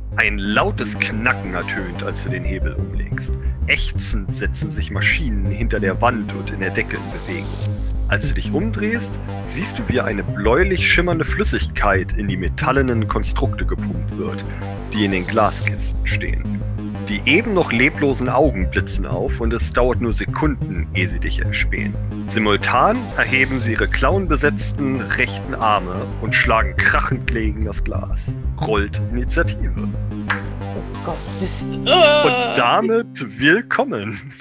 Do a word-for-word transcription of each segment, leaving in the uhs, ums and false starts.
Ein lautes Knacken ertönt, als du den Hebel umlegst. Ächzend setzen sich Maschinen hinter der Wand und in der Decke in Bewegung. Als du dich umdrehst, siehst du, wie eine bläulich schimmernde Flüssigkeit in die metallenen Konstrukte gepumpt wird, die in den Glaskisten stehen. Die eben noch leblosen Augen blitzen auf und es dauert nur Sekunden, ehe sie dich erspähen. Simultan erheben sie ihre klauenbesetzten rechten Arme und schlagen krachend gegen das Glas. Rollt Initiative. Oh Gott, Mist. Und damit willkommen.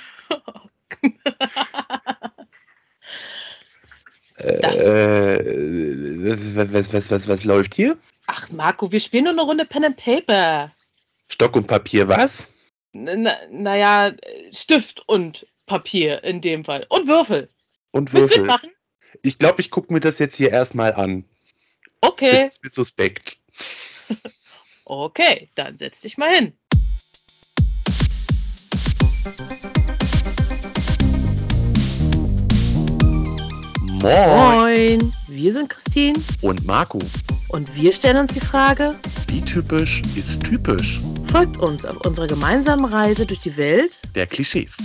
Das- Äh, was, was, was, was, was läuft hier? Ach, Marco, wir spielen nur eine Runde Pen and Paper. Stock und Papier, was? Na, naja, Stift und Papier in dem Fall. Und Würfel. Und Willst du Würfel. mitmachen? Ich glaube, ich gucke mir das jetzt hier erstmal an. Okay. Das ist mir suspekt. Okay, dann setz dich mal hin. Moin. Moin, wir sind Christine Und Marco. und wir stellen uns die Frage, Wie typisch ist typisch? folgt uns auf unserer gemeinsamen Reise durch die Welt. Der Klischees.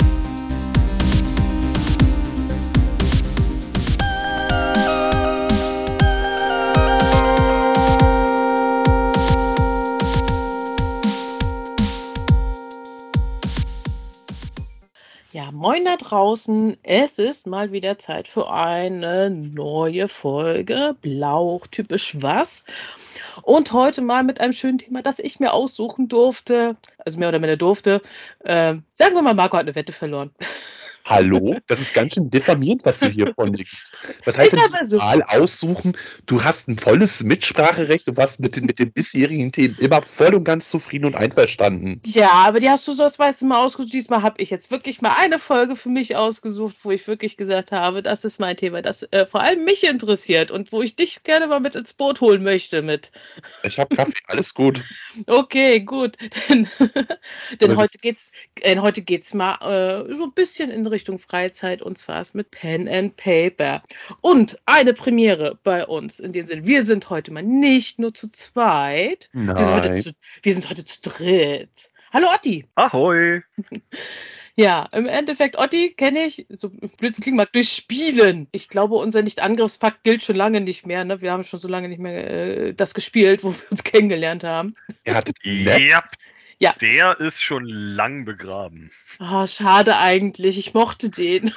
Ja, moin da draußen. Es ist mal wieder Zeit für eine neue Folge Blauch typisch was. Und heute mal mit einem schönen Thema, das ich mir aussuchen durfte. Also mehr oder minder durfte. Ähm, sagen wir mal, Marco hat eine Wette verloren. Hallo? Das ist ganz schön diffamierend, was du hier von dir gibst. Was heißt Ist denn aber so. Wahl aussuchen? Du hast ein volles Mitspracherecht, du warst mit den, mit den bisherigen Themen immer voll und ganz zufrieden und einverstanden. Ja, aber die hast du so das weißt du mal ausgesucht. Diesmal habe ich jetzt wirklich mal eine Folge für mich ausgesucht, wo ich wirklich gesagt habe, das ist mein Thema, das äh, vor allem mich interessiert und wo ich dich gerne mal mit ins Boot holen möchte mit. Ich habe Kaffee, alles gut. Okay, gut. Denn, denn Aber heute geht's, äh, heute geht's mal äh, so ein bisschen in Richtung Freizeit und zwar ist mit Pen and Paper. Und eine Premiere bei uns. In dem Sinne, wir sind heute mal nicht nur zu zweit. Wir sind heute Nein. zu, wir sind heute zu dritt. Hallo Otti. Ahoi! Ja, im Endeffekt, Otti kenne ich, so blöd es klingt, mag durch Spielen. Ich glaube, unser Nicht-Angriffspakt gilt schon lange nicht mehr. Ne? Wir haben schon so lange nicht mehr äh, das gespielt, wo wir uns kennengelernt haben. Ihr hattet Nap. Ja, Ja. der ist schon lang begraben. Oh, schade eigentlich. Ich mochte den.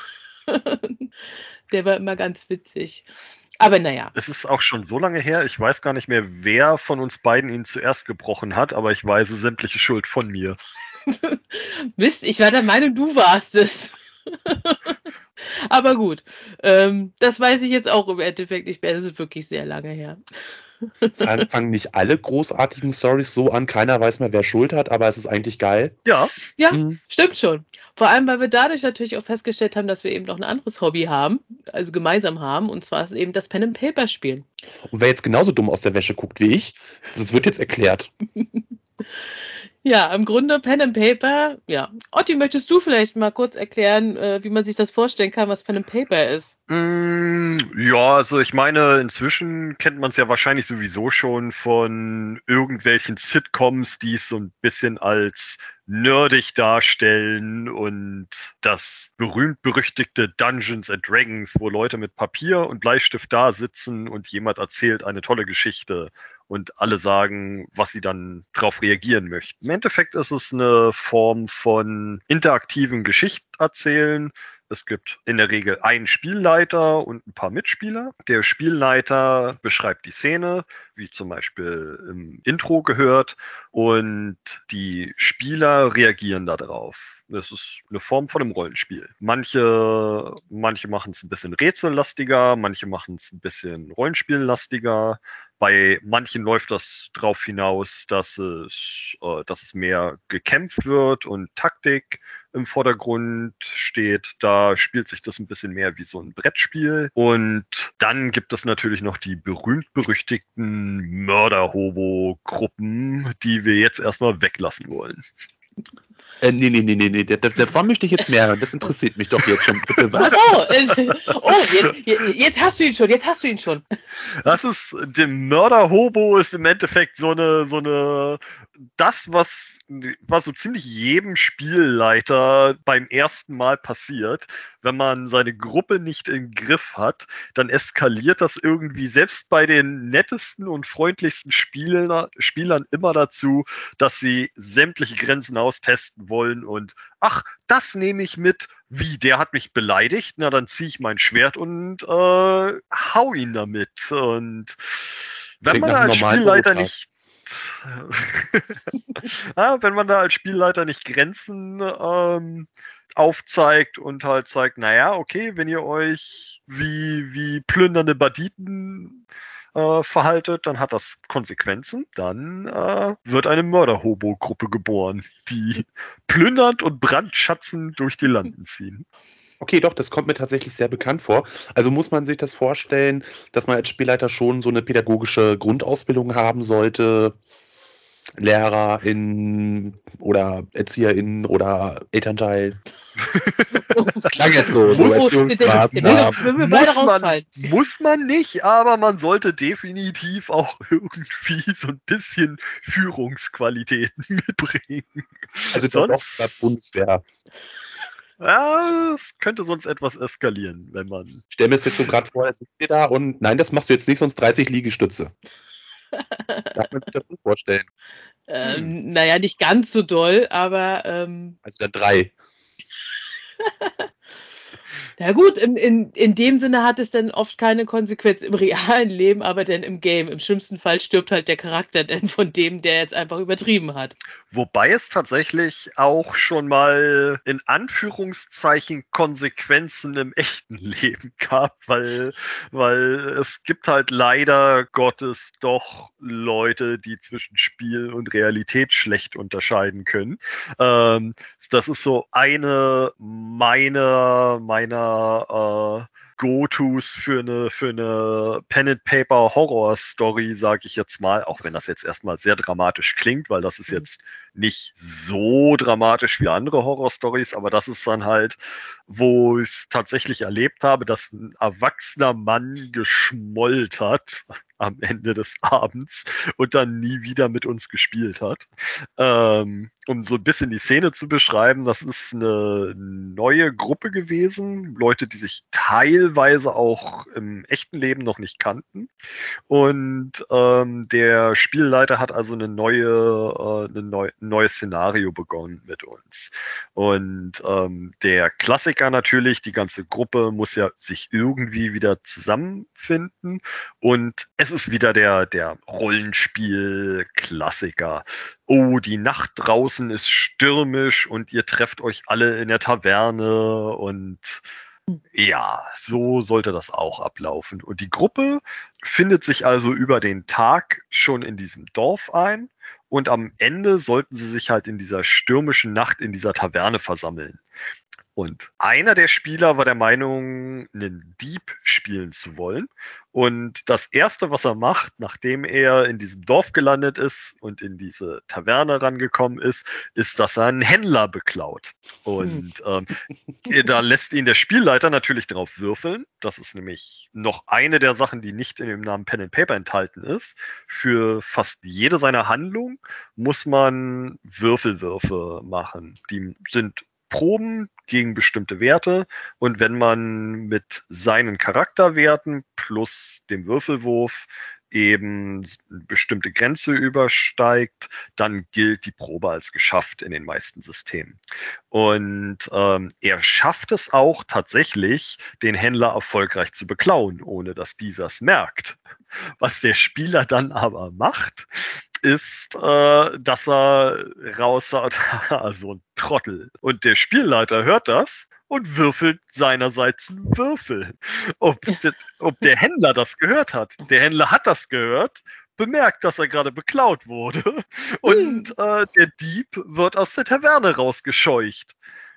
Der war immer ganz witzig. Aber naja. Es ist auch schon so lange her, ich weiß gar nicht mehr, wer von uns beiden ihn zuerst gebrochen hat, aber ich weise sämtliche Schuld von mir. Mist, ich war der Meinung, du warst es. Aber gut, ähm, das weiß ich jetzt auch im Endeffekt nicht mehr. Das ist wirklich sehr lange her. Fang- Fangen nicht alle großartigen Storys so an, keiner weiß mehr, wer Schuld hat, aber es ist eigentlich geil. Ja, Ja, Mhm. stimmt schon. Vor allem, weil wir dadurch natürlich auch festgestellt haben, dass wir eben noch ein anderes Hobby haben, also gemeinsam haben, und zwar ist eben das Pen and Paper Spielen. Und wer jetzt genauso dumm aus der Wäsche guckt wie ich, das wird jetzt erklärt. Ja, im Grunde Pen and Paper, ja. Otti, möchtest du vielleicht mal kurz erklären, äh, wie man sich das vorstellen kann, was Pen and Paper ist? Mm, ja, also ich meine, inzwischen kennt man es ja wahrscheinlich sowieso schon von irgendwelchen Sitcoms, die es so ein bisschen als nerdig darstellen und das berühmt-berüchtigte Dungeons and Dragons, wo Leute mit Papier und Bleistift da sitzen und jemand erzählt eine tolle Geschichte und alle sagen, was sie dann darauf reagieren möchten. Im Endeffekt ist es eine Form von interaktiven Geschichtenerzählen. Es gibt in der Regel einen Spielleiter und ein paar Mitspieler. Der Spielleiter beschreibt die Szene, wie zum Beispiel im Intro gehört, und die Spieler reagieren darauf. Das ist eine Form von einem Rollenspiel. Manche, manche machen es ein bisschen rätsellastiger, manche machen es ein bisschen rollenspiellastiger. Bei manchen läuft das darauf hinaus, dass es, äh, dass es mehr gekämpft wird und Taktik im Vordergrund steht. Da spielt sich das ein bisschen mehr wie so ein Brettspiel. Und dann gibt es natürlich noch die berühmt-berüchtigten Mörder-Hobo-Gruppen, die wir jetzt erstmal weglassen wollen. Äh, nee, nee, nee, nee, nee. Davon möchte ich jetzt mehr hören. Das interessiert mich doch jetzt schon. Bitte, was? Oh, oh jetzt, jetzt hast du ihn schon, jetzt hast du ihn schon. Das ist, dem Mörder-Hobo ist im Endeffekt so eine, so eine, das, was, was so ziemlich jedem Spielleiter beim ersten Mal passiert. Wenn man seine Gruppe nicht im Griff hat, dann eskaliert das irgendwie selbst bei den nettesten und freundlichsten Spieler, Spielern immer dazu, dass sie sämtliche Grenzen austesten wollen und ach, das nehme ich mit. Wie, der hat mich beleidigt? Na, dann ziehe ich mein Schwert und äh, hau ihn damit. Und wenn Klingt man nach da einem als normalen Spielleiter Beruf. nicht ja, wenn man da als Spielleiter nicht Grenzen ähm, aufzeigt und halt zeigt, naja, okay, wenn ihr euch wie, wie plündernde Banditen äh, verhaltet, dann hat das Konsequenzen. Dann äh, wird eine Mörder-Hobo-Gruppe geboren, die plündernd und brandschatzend durch die Landen ziehen. Okay, doch, das kommt mir tatsächlich sehr bekannt vor. Also muss man sich das vorstellen, dass man als Spielleiter schon so eine pädagogische Grundausbildung haben sollte, LehrerInnen oder ErzieherInnen oder Elternteil. Klang jetzt so, so Oh, Erziehungsmaßnahmen. wenn wir beide Muss man, rausfallen. muss man nicht, aber man sollte definitiv auch irgendwie so ein bisschen Führungsqualitäten mitbringen. Also dann doch Sonst, bei Bundeswehr. ja, es könnte sonst etwas eskalieren, wenn man. Ich stell mir das jetzt so gerade vor, jetzt sitzt ihr da und nein, das machst du jetzt nicht, sonst dreißig Liegestütze. Darf man sich das so vorstellen? Ähm, hm. Naja, nicht ganz so doll, aber ähm, Also dann drei. na gut, in, in, in dem Sinne hat es dann oft keine Konsequenz im realen Leben, aber dann im Game. Im schlimmsten Fall stirbt halt der Charakter dann von dem, der jetzt einfach übertrieben hat. Wobei es tatsächlich auch schon mal in Anführungszeichen Konsequenzen im echten Leben gab, weil, weil es gibt halt leider Gottes doch Leute, die zwischen Spiel und Realität schlecht unterscheiden können. Ähm, das ist so eine meiner, meiner äh, Go-Tos für eine, für eine Pen-and-Paper-Horror-Story, sage ich jetzt mal, auch wenn das jetzt erstmal sehr dramatisch klingt, weil das ist jetzt nicht so dramatisch wie andere Horror-Stories, aber das ist dann halt, wo ich es tatsächlich erlebt habe, dass ein erwachsener Mann geschmollt hat am Ende des Abends und dann nie wieder mit uns gespielt hat. Ähm, um so ein bisschen die Szene zu beschreiben, das ist eine neue Gruppe gewesen, Leute, die sich teilweise auch im echten Leben noch nicht kannten. Und ähm, der Spielleiter hat also eine neue, äh, eine neu, ein neues Szenario begonnen mit uns. Und ähm, der Klassiker natürlich, die ganze Gruppe muss ja sich irgendwie wieder zusammenfinden. Und es ist wieder der, der Rollenspiel-Klassiker. Oh, die Nacht draußen ist stürmisch und ihr trefft euch alle in der Taverne und ja, so sollte das auch ablaufen. Und die Gruppe findet sich also über den Tag schon in diesem Dorf ein und am Ende sollten sie sich halt in dieser stürmischen Nacht in dieser Taverne versammeln. Und einer der Spieler war der Meinung, einen Dieb spielen zu wollen. Und das Erste, was er macht, nachdem er in diesem Dorf gelandet ist und in diese Taverne rangekommen ist, ist, dass er einen Händler beklaut. Und ähm, da lässt ihn der Spielleiter natürlich darauf würfeln. Das ist nämlich noch eine der Sachen, die nicht in dem Namen Pen and Paper enthalten ist. Für fast jede seiner Handlungen muss man Würfelwürfe machen. Die sind Proben gegen bestimmte Werte und wenn man mit seinen Charakterwerten plus dem Würfelwurf eben eine bestimmte Grenze übersteigt, dann gilt die Probe als geschafft in den meisten Systemen. Und ähm, er schafft es auch tatsächlich, den Händler erfolgreich zu beklauen, ohne dass dieser es merkt. Was der Spieler dann aber macht, ist, äh, dass er raushaut, so ein Trottel. Und der Spielleiter hört das und würfelt seinerseits einen Würfel. Ob, de, ob der Händler das gehört hat. Der Händler hat das gehört, bemerkt, dass er gerade beklaut wurde und äh, der Dieb wird aus der Taverne rausgescheucht.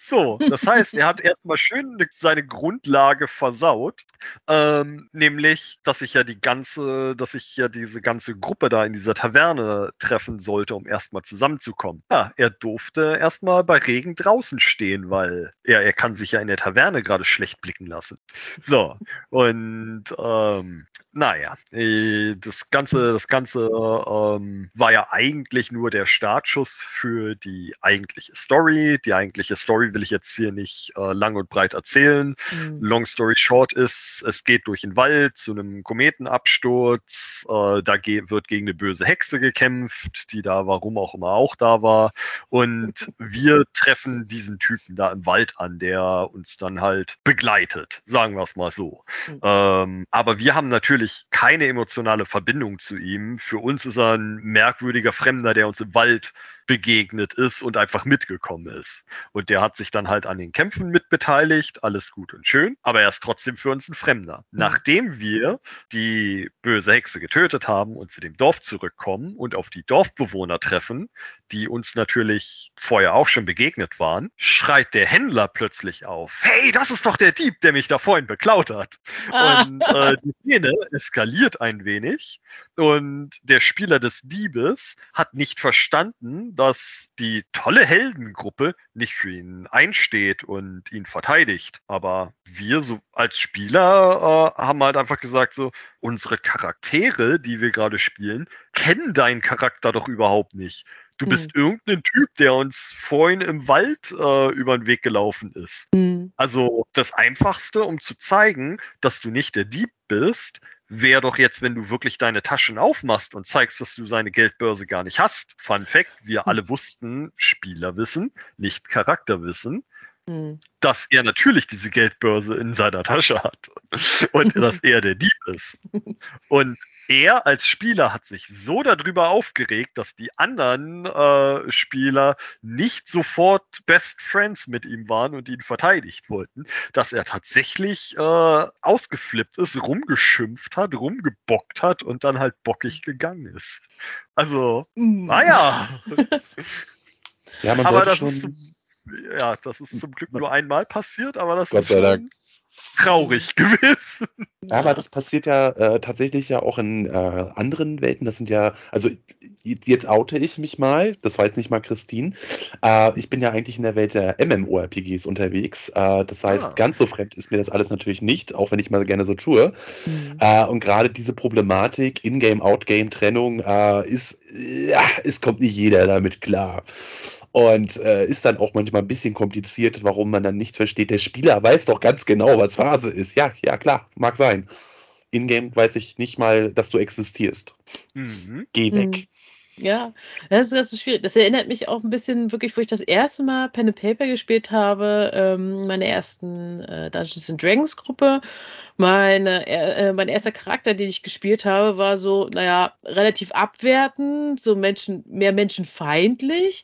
So, das heißt, er hat erstmal schön seine Grundlage versaut, ähm, nämlich, dass ich ja die ganze, dass ich ja diese ganze Gruppe da in dieser Taverne treffen sollte, um erstmal zusammenzukommen. Ja, er durfte erstmal bei Regen draußen stehen, weil er, er kann sich ja in der Taverne gerade schlecht blicken lassen. So, und ähm, naja, äh, das Ganze, das Ganze ähm, war ja eigentlich nur der Startschuss für die eigentliche Story. Die eigentliche Story will ich jetzt hier nicht äh, lang und breit erzählen. Mhm. Long story short ist, es geht durch den Wald zu einem Kometenabsturz. Äh, da ge- wird gegen eine böse Hexe gekämpft, die da warum auch immer auch da war. Und wir treffen diesen Typen da im Wald an, der uns dann halt begleitet, sagen wir es mal so. Mhm. Ähm, aber wir haben natürlich keine emotionale Verbindung zu ihm. Für uns ist er ein merkwürdiger Fremder, der uns im Wald begegnet ist und einfach mitgekommen ist. Und der hat sich dann halt an den Kämpfen mitbeteiligt, alles gut und schön, aber er ist trotzdem für uns ein Fremder. Nachdem wir die böse Hexe getötet haben und zu dem Dorf zurückkommen und auf die Dorfbewohner treffen, die uns natürlich vorher auch schon begegnet waren, schreit der Händler plötzlich auf: Hey, das ist doch der Dieb, der mich da vorhin beklaut hat. Ah. Und äh, die Szene eskaliert ein wenig und der Spieler des Diebes hat nicht verstanden, dass die tolle Heldengruppe nicht für ihn einsteht und ihn verteidigt. Aber wir so als Spieler äh, haben halt einfach gesagt, so, unsere Charaktere, die wir gerade spielen, kennen deinen Charakter doch überhaupt nicht. Du bist Hm. irgendein Typ, der uns vorhin im Wald äh, über den Weg gelaufen ist. Hm. Also das Einfachste, um zu zeigen, dass du nicht der Dieb bist, wäre doch jetzt, wenn du wirklich deine Taschen aufmachst und zeigst, dass du seine Geldbörse gar nicht hast. Fun Fact, wir alle wussten, Spielerwissen, nicht Charakterwissen, Hm. dass er natürlich diese Geldbörse in seiner Tasche hat und dass er der Dieb ist. Und er als Spieler hat sich so darüber aufgeregt, dass die anderen äh, Spieler nicht sofort Best Friends mit ihm waren und ihn verteidigt wollten, dass er tatsächlich äh, ausgeflippt ist, rumgeschimpft hat, rumgebockt hat und dann halt bockig gegangen ist. Also, Hm. naja. Ja, man Aber sollte das schon, ist zum, ja, das ist zum Glück nur einmal passiert, aber das Gott ist sei Dank. schon traurig gewesen. Ja, aber das passiert ja äh, tatsächlich ja auch in äh, anderen Welten. Das sind ja, also j- jetzt oute ich mich mal, das weiß nicht mal Christine. Äh, ich bin ja eigentlich in der Welt der MMORPGs unterwegs. Äh, das heißt, Ah. ganz so fremd ist mir das alles natürlich nicht, auch wenn ich mal gerne so tue. Hm. Äh, und gerade diese Problematik, In-Game, Out-Game-Trennung, äh, ist, ja, es kommt nicht jeder damit klar. Und äh, ist dann auch manchmal ein bisschen kompliziert, warum man dann nicht versteht, der Spieler weiß doch ganz genau, was Phase ist. Ja, ja, klar, mag sein. In-Game weiß ich nicht mal, dass du existierst. Mhm. Geh Hm. weg. Ja, das ist ganz so schwierig. Das erinnert mich auch ein bisschen wirklich, wo ich das erste Mal Pen and Paper gespielt habe, ähm, meine ersten äh, Dungeons and Dragons Gruppe. Meine, äh, mein erster Charakter, den ich gespielt habe, war so, naja, relativ abwertend, so Menschen, mehr menschenfeindlich.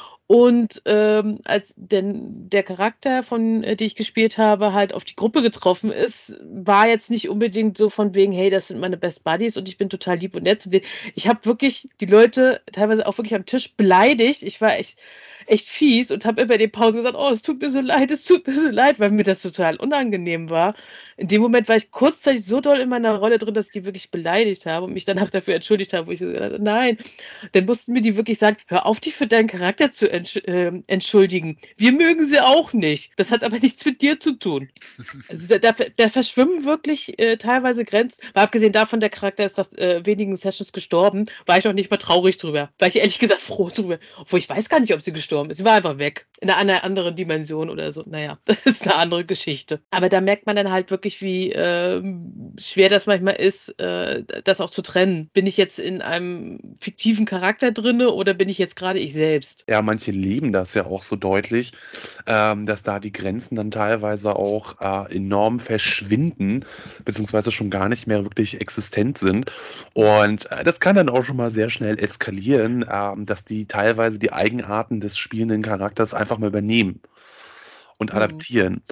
Und ähm, als denn der Charakter, von äh, die ich gespielt habe, halt auf die Gruppe getroffen ist, war jetzt nicht unbedingt so von wegen, hey, das sind meine Best Buddies und ich bin total lieb und nett zu denen. Ich habe wirklich die Leute teilweise auch wirklich am Tisch beleidigt. Ich war echt, echt fies und habe immer in den Pausen gesagt, oh, es tut mir so leid, es tut mir so leid, weil mir das total unangenehm war. In dem Moment war ich kurzzeitig so doll in meiner Rolle drin, dass ich die wirklich beleidigt habe und mich danach dafür entschuldigt habe, wo ich so gesagt habe, nein. Dann mussten mir die wirklich sagen, hör auf, dich für deinen Charakter zu entsch äh, entschuldigen. Wir mögen sie auch nicht. Das hat aber nichts mit dir zu tun. Also da, da, da verschwimmen wirklich äh, teilweise Grenzen. Mal abgesehen davon, der Charakter ist nach äh, wenigen Sessions gestorben, war ich noch nicht mal traurig drüber. War ich ehrlich gesagt froh drüber. Obwohl ich weiß gar nicht, ob sie gestorben ist. Sie war einfach weg. In einer anderen Dimension oder so. Naja, das ist eine andere Geschichte. Aber da merkt man dann halt wirklich, wie äh, schwer das manchmal ist, äh, das auch zu trennen. Bin ich jetzt in einem fiktiven Charakter drinne oder bin ich jetzt gerade ich selbst? Ja, manche leben das ja auch so deutlich, ähm, dass da die Grenzen dann teilweise auch äh, enorm verschwinden, beziehungsweise schon gar nicht mehr wirklich existent sind. Und äh, das kann dann auch schon mal sehr schnell eskalieren, ähm, dass die teilweise die Eigenarten des spielenden Charakters einfach mal übernehmen und Mhm. adaptieren.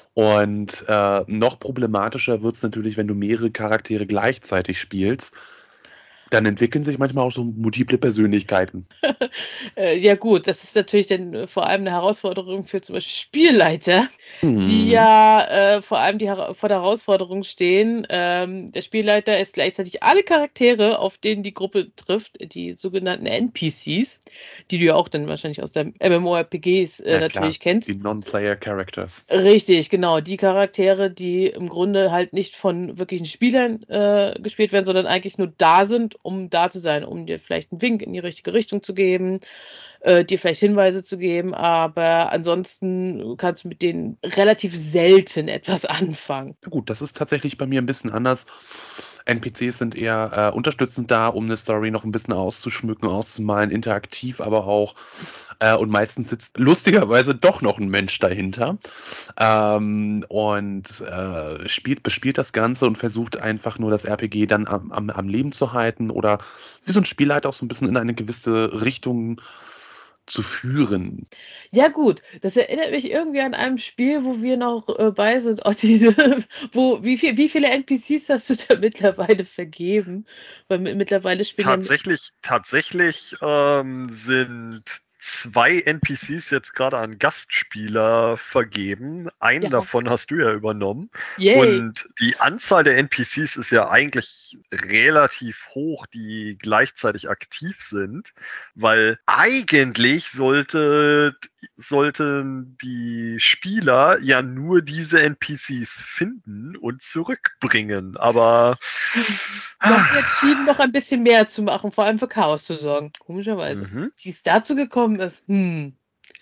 Und äh, noch problematischer wird es natürlich, wenn du mehrere Charaktere gleichzeitig spielst. Dann entwickeln sich manchmal auch so multiple Persönlichkeiten. Äh, ja gut, das ist natürlich dann äh, vor allem eine Herausforderung für zum Beispiel Spielleiter, die Mhm. ja äh, vor allem die, Hera- vor der Herausforderung stehen. Ähm, der Spielleiter ist gleichzeitig alle Charaktere, auf denen die Gruppe trifft, die sogenannten N P Cs, die du ja auch dann wahrscheinlich aus der MMORPGs äh, Ja, natürlich klar. kennst. Die Non-Player Characters. Richtig, genau. Die Charaktere, die im Grunde halt nicht von wirklichen Spielern äh, gespielt werden, sondern eigentlich nur da sind, um da zu sein, um dir vielleicht einen Wink in die richtige Richtung zu geben, äh, dir vielleicht Hinweise zu geben, aber ansonsten kannst du mit denen relativ selten etwas anfangen. Ja gut, das ist tatsächlich bei mir ein bisschen anders. N P Cs sind eher äh, unterstützend da, um eine Story noch ein bisschen auszuschmücken, auszumalen, interaktiv aber auch. Äh, und meistens sitzt lustigerweise doch noch ein Mensch dahinter ähm, und äh, spielt, bespielt das Ganze und versucht einfach nur das R P G dann am, am, am Leben zu halten oder wie so ein Spielleiter auch so ein bisschen in eine gewisse Richtung zu führen. Ja gut, das erinnert mich irgendwie an einem Spiel, wo wir noch äh, bei sind. Oh, die, wo, wie, viel, wie viele N P Cs hast du da mittlerweile vergeben? Weil mi- mittlerweile spielen ja... Tatsächlich, tatsächlich ähm, sind zwei N P Cs jetzt gerade an Gastspieler vergeben. Einen Ja, davon hast du ja übernommen. yay. Und die Anzahl der N P Cs ist ja eigentlich relativ hoch, die gleichzeitig aktiv sind, weil eigentlich sollte, sollten die Spieler ja nur diese N P Cs finden und zurückbringen. Aber Du hast dich entschieden, noch ein bisschen mehr zu machen, vor allem für Chaos zu sorgen. Komischerweise. mhm. Wie es dazu gekommen ist, hm.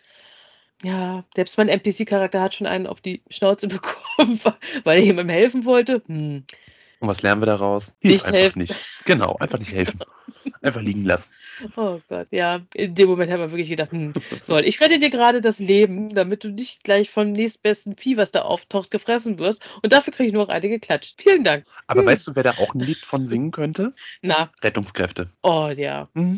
Ja, selbst mein N P C-Charakter hat schon einen auf die Schnauze bekommen, weil er jemandem helfen wollte. Hm. Und was lernen wir daraus? Hilf Nicht einfach helfen. nicht. Genau, einfach nicht helfen. Einfach liegen lassen. Oh Gott, ja. In dem Moment hat man wirklich gedacht, hm, toll, ich rette dir gerade das Leben, damit du nicht gleich vom nächstbesten Vieh, was da auftaucht, gefressen wirst. Und dafür kriege ich nur noch eine geklatscht. Vielen Dank. Aber Hm. weißt du, wer da auch ein Lied von singen könnte? Na, Rettungskräfte. oh ja. Mhm.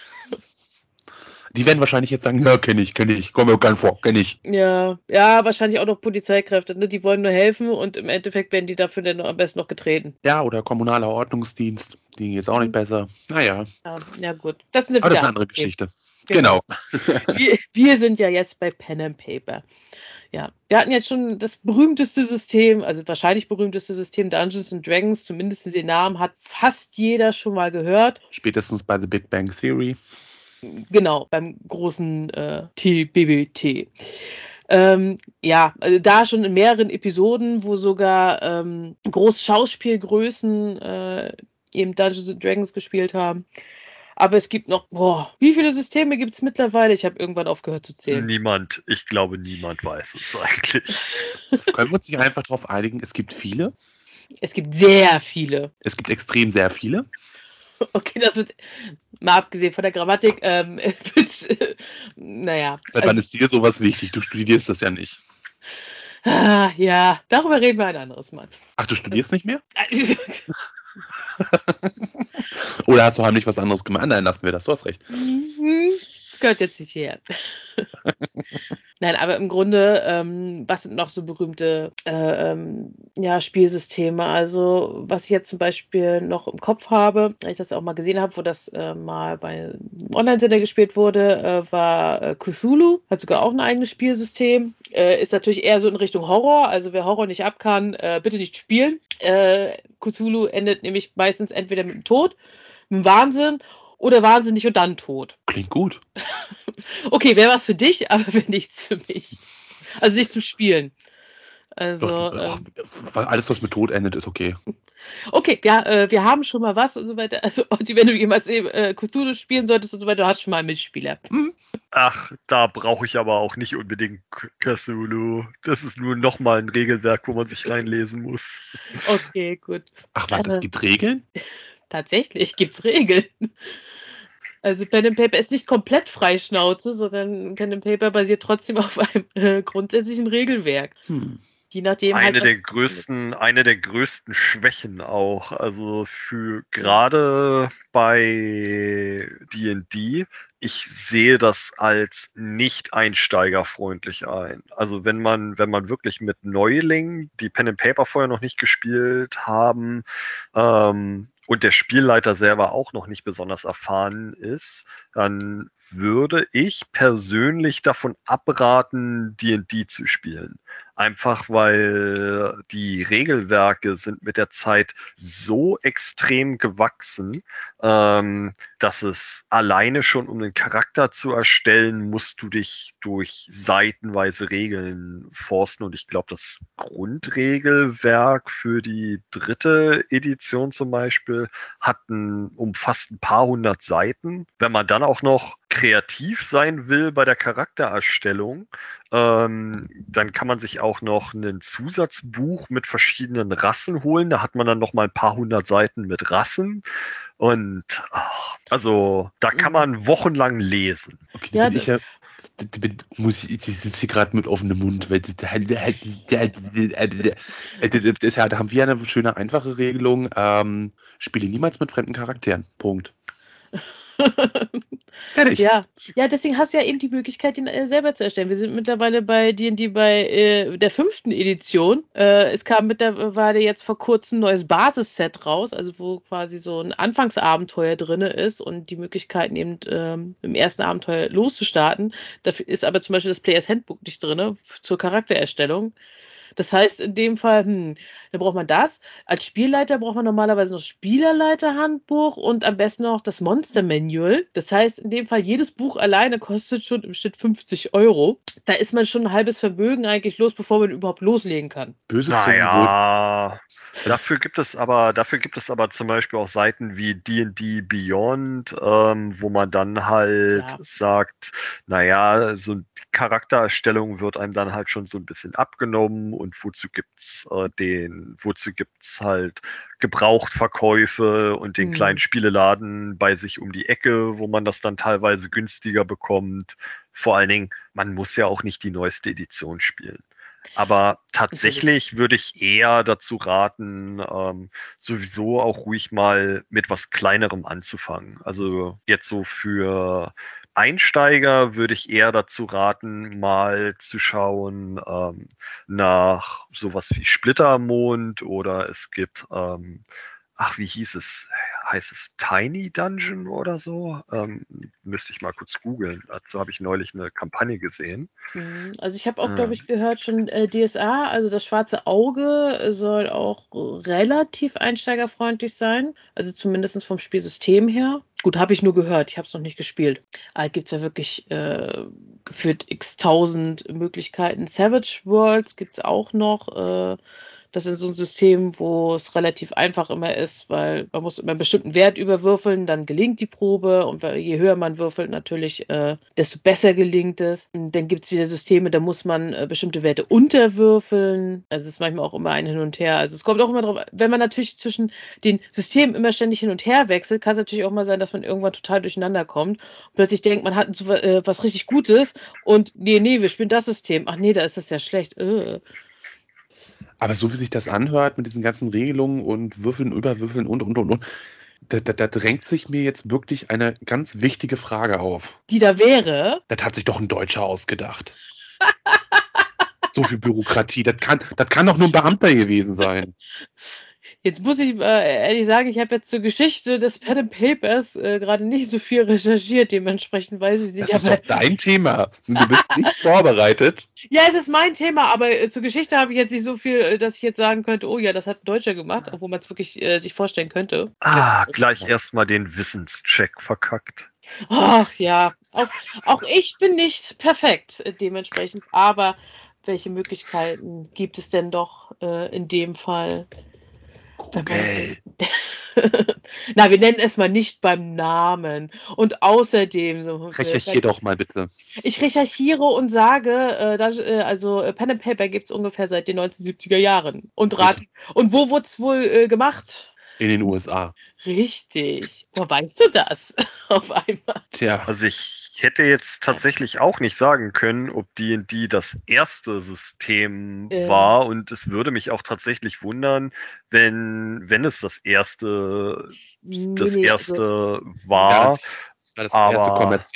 Die werden wahrscheinlich jetzt sagen, ja, kenne ich, kenne ich, komm mir bekannt vor, kenne ich. Ja, ja, wahrscheinlich auch noch Polizeikräfte, ne? Die wollen nur helfen und im Endeffekt werden die dafür dann am besten noch getreten. Ja, oder kommunaler Ordnungsdienst, die jetzt auch nicht besser. Naja, Ja, ja gut. Das sind aber das ist wieder eine andere andere Themen. Geschichte. Genau. Genau. Wir, wir sind ja jetzt bei Pen and Paper. Ja, wir hatten jetzt schon das berühmteste System, also wahrscheinlich berühmteste System Dungeons and Dragons, zumindest den Namen hat fast jeder schon mal gehört. Spätestens bei The Big Bang Theory. Genau, beim großen äh, T B B T. Ähm, ja, also da schon in mehreren Episoden, wo sogar ähm, große Schauspielgrößen äh, eben Dungeons and Dragons gespielt haben. Aber es gibt noch, boah, wie viele Systeme gibt es mittlerweile? Ich habe irgendwann aufgehört zu zählen. Niemand, ich glaube, niemand weiß es eigentlich. Können wir uns nicht einfach darauf einigen, es gibt viele? Es gibt sehr viele. Es gibt extrem sehr viele. Okay, das wird, mal abgesehen von der Grammatik, ähm, wird, naja. Seit wann Also, ist dir sowas wichtig? Du studierst das ja nicht. ah, ja, darüber reden wir ein anderes Mal. Ach, du studierst nicht mehr? Oder hast du heimlich was anderes gemacht? Nein, lassen wir das, du hast recht. Mhm. Gehört jetzt nicht her. Nein, aber im Grunde, ähm, was sind noch so berühmte äh, ähm, ja, Spielsysteme? Also, was ich jetzt zum Beispiel noch im Kopf habe, weil ich das auch mal gesehen habe, wo das äh, mal bei einem Online-Sender gespielt wurde, äh, war äh, Cthulhu, hat sogar auch ein eigenes Spielsystem. Äh, ist natürlich eher so in Richtung Horror, also wer Horror nicht ab kann, äh, bitte nicht spielen. Äh, Cthulhu endet nämlich meistens entweder mit dem Tod, mit dem Wahnsinn oder wahnsinnig und dann tot. Klingt gut. Okay, wäre was für dich, aber wäre nichts für mich. Also nicht zum Spielen. Also, Doch, ach, ähm, alles, was mit Tod endet, ist okay. okay, ja, äh, wir haben schon mal was und so weiter. Also, und wenn du jemals eben äh, Cthulhu spielen solltest und so weiter, du hast schon mal einen Mitspieler. Hm? Ach, da brauche ich aber auch nicht unbedingt Cthulhu. Das ist nur nochmal ein Regelwerk, wo man sich reinlesen muss. Okay, gut. Ach, warte, es Äh, gibt Regeln? tatsächlich gibt's Regeln. Also Pen and Paper ist nicht komplett Freischnauze, sondern Pen and Paper basiert trotzdem auf einem äh, grundsätzlichen Regelwerk. Hm. Je nachdem halt Eine der was. größten, eine der größten Schwächen auch. Also für gerade bei D und D, ich sehe das als nicht einsteigerfreundlich ein. Also wenn man, wenn man wirklich mit Neulingen, die Pen and Paper vorher noch nicht gespielt haben, ähm, und der Spielleiter selber auch noch nicht besonders erfahren ist, dann würde ich persönlich davon abraten, D und D zu spielen. Einfach weil die Regelwerke sind mit der Zeit so extrem gewachsen, ähm, dass es alleine schon, um einen Charakter zu erstellen, musst du dich durch seitenweise Regeln forsten. Und ich glaube, das Grundregelwerk für die dritte Edition zum Beispiel hat ein, umfasst ein paar hundert Seiten. Wenn man dann auch noch kreativ sein will bei der Charaktererstellung, ähm, dann kann man sich auch noch ein Zusatzbuch mit verschiedenen Rassen holen. Da hat man dann noch mal ein paar hundert Seiten mit Rassen. Und ach, also da kann man wochenlang lesen. Okay, Ja, bin ich ja, bin, muss ich, ich sitze hier gerade mit offenem Mund, weil das, das, da haben wir eine schöne, einfache Regelung. Ähm, spiele niemals mit fremden Charakteren. Punkt. Fertig. Ja, ja, deswegen hast du ja eben die Möglichkeit, den äh, selber zu erstellen. Wir sind mittlerweile bei D und D bei äh, der fünften Edition. Äh, es kam mittlerweile jetzt vor kurzem ein neues Basisset raus, also wo quasi so ein Anfangsabenteuer drin ist und die Möglichkeiten eben ähm, im ersten Abenteuer loszustarten. Dafür ist aber zum Beispiel das Players Handbook nicht drin zur Charaktererstellung. Das heißt, in dem Fall, hm, dann braucht man das. Als Spielleiter braucht man normalerweise noch das Spielerleiterhandbuch und am besten noch das Monster Manual. Das heißt, in dem Fall, jedes Buch alleine kostet schon im Schnitt fünfzig Euro. Da ist man schon ein halbes Vermögen eigentlich los, bevor man überhaupt loslegen kann. Böse Zungen Naja, wohl. dafür gibt es aber, dafür gibt es aber zum Beispiel auch Seiten wie D und D Beyond, ähm, wo man dann halt Ja. sagt, naja, so eine Charaktererstellung wird einem dann halt schon so ein bisschen abgenommen und wozu gibt's äh, den, wozu gibt's halt Gebrauchtverkäufe und den Hm. kleinen Spieleladen bei sich um die Ecke, wo man das dann teilweise günstiger bekommt. Vor allen Dingen, man muss ja auch nicht die neueste Edition spielen. Aber tatsächlich würde ich eher dazu raten, ähm, sowieso auch ruhig mal mit was Kleinerem anzufangen. Also jetzt so für Einsteiger würde ich eher dazu raten, mal zu schauen ähm, nach sowas wie Splittermond oder es gibt, ähm, ach, wie hieß es? Heißt es Tiny Dungeon oder so? Ähm, müsste ich mal kurz googeln. Dazu habe ich neulich eine Kampagne gesehen. Hm, Also ich habe auch, glaube Ähm, ich, gehört schon äh, D S A, also das schwarze Auge äh, soll auch relativ einsteigerfreundlich sein, also zumindest vom Spielsystem her. Gut, habe ich nur gehört, ich habe es noch nicht gespielt. Aber gibt es ja wirklich äh, gefühlt x tausend Möglichkeiten. Savage Worlds gibt es auch noch. Äh, das ist so ein System, wo es relativ einfach immer ist, weil man muss immer einen bestimmten Wert überwürfeln, dann gelingt die Probe und je höher man würfelt natürlich, äh, desto besser gelingt es. Und dann gibt es wieder Systeme, da muss man äh, bestimmte Werte unterwürfeln. Also es ist manchmal auch immer ein Hin und Her. Also es kommt auch immer drauf, wenn man natürlich zwischen den Systemen immer ständig hin und her wechselt, kann es natürlich auch mal sein, dass man irgendwann total durcheinander kommt und plötzlich denkt, man hat so, äh, was richtig Gutes und nee, nee, wir spielen das System. Ach nee, da ist das ja schlecht. Äh. Aber so wie sich das anhört mit diesen ganzen Regelungen und Würfeln, Überwürfeln und, und, und, und, da, da, da drängt sich mir jetzt wirklich eine ganz wichtige Frage auf. Die da wäre. Das hat sich doch ein Deutscher ausgedacht. So viel Bürokratie, das kann, das kann doch nur ein Beamter gewesen sein. Jetzt muss ich äh, ehrlich sagen, ich habe jetzt zur Geschichte des Pen and Papers äh, gerade nicht so viel recherchiert, dementsprechend weiß ich nicht. Das ist Aber, doch dein Thema. Du bist nicht vorbereitet. ja, es ist mein Thema, aber äh, zur Geschichte habe ich jetzt nicht so viel, äh, dass ich jetzt sagen könnte, oh ja, das hat ein Deutscher gemacht, obwohl man es wirklich äh, sich vorstellen könnte. Ah, gleich erstmal den Wissenscheck verkackt. Ach ja, auch, auch ich bin nicht perfekt äh, dementsprechend, aber welche Möglichkeiten gibt es denn doch äh, in dem Fall? Wenn man so Na, wir nennen es mal nicht beim Namen. Und außerdem so. Recherchier doch mal bitte. Ich recherchiere und sage, äh, das, äh, also äh, Pen and Paper gibt es ungefähr seit den neunzehnhundertsiebziger Jahren. Und rat, und wo wurde es wohl äh, gemacht? In den U S A. Richtig. Woher weißt du das auf einmal? Tja. Also ich hätte jetzt tatsächlich auch nicht sagen können, ob D und D das erste System Ähm. war und es würde mich auch tatsächlich wundern, wenn, wenn es das erste, Nee, das nee, erste also, war. Garantiert. Das war das erste Aber kommerzielle System.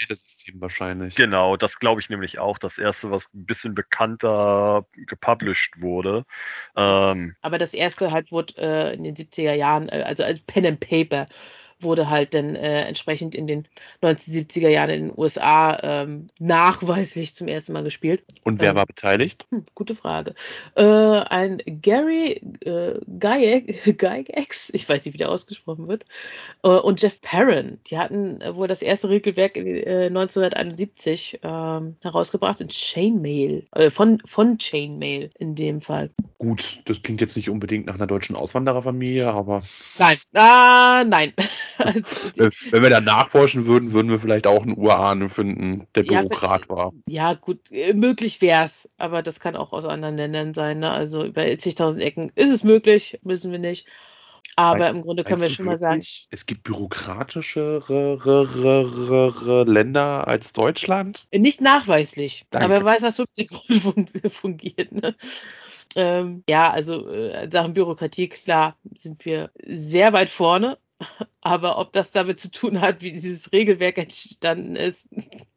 System wahrscheinlich. Genau, das glaube ich nämlich auch. Das erste, was ein bisschen bekannter gepublished wurde. Ähm, Aber das erste halt wurde äh, in den siebziger Jahren, äh, also als Pen and Paper, wurde halt dann äh, entsprechend in den neunzehnhundertsiebziger Jahren in den U S A ähm, nachweislich zum ersten Mal gespielt. Und wer Ähm, war beteiligt? Hm, gute Frage. Äh, ein Gary äh, Gygax, Gygax, ich weiß nicht, wie der ausgesprochen wird, äh, und Jeff Perrin. Die hatten äh, wohl das erste Regelwerk äh, neunzehnhunderteinundsiebzig ähm, herausgebracht in Chainmail, äh, von, von Chainmail in dem Fall. Gut, das klingt jetzt nicht unbedingt nach einer deutschen Auswandererfamilie, aber Nein, ah, nein. Also, die, wenn wenn wir da nachforschen würden, würden wir vielleicht auch einen Urahnen finden, der ja, Bürokrat war. ja, gut, äh, möglich wär's, aber das kann auch aus anderen Ländern sein. Ne? Also über zigtausend Ecken ist es möglich, müssen wir nicht. Aber im Grunde können Meinst wir du schon mal sagen, wirklich, es gibt bürokratischere Länder als Deutschland? nicht nachweislich, aber wer Danke. weiß, was so im Grund fun- fungiert. Ne? Ähm, ja, also äh, in Sachen Bürokratie, klar, sind wir sehr weit vorne. Aber ob das damit zu tun hat, wie dieses Regelwerk entstanden ist,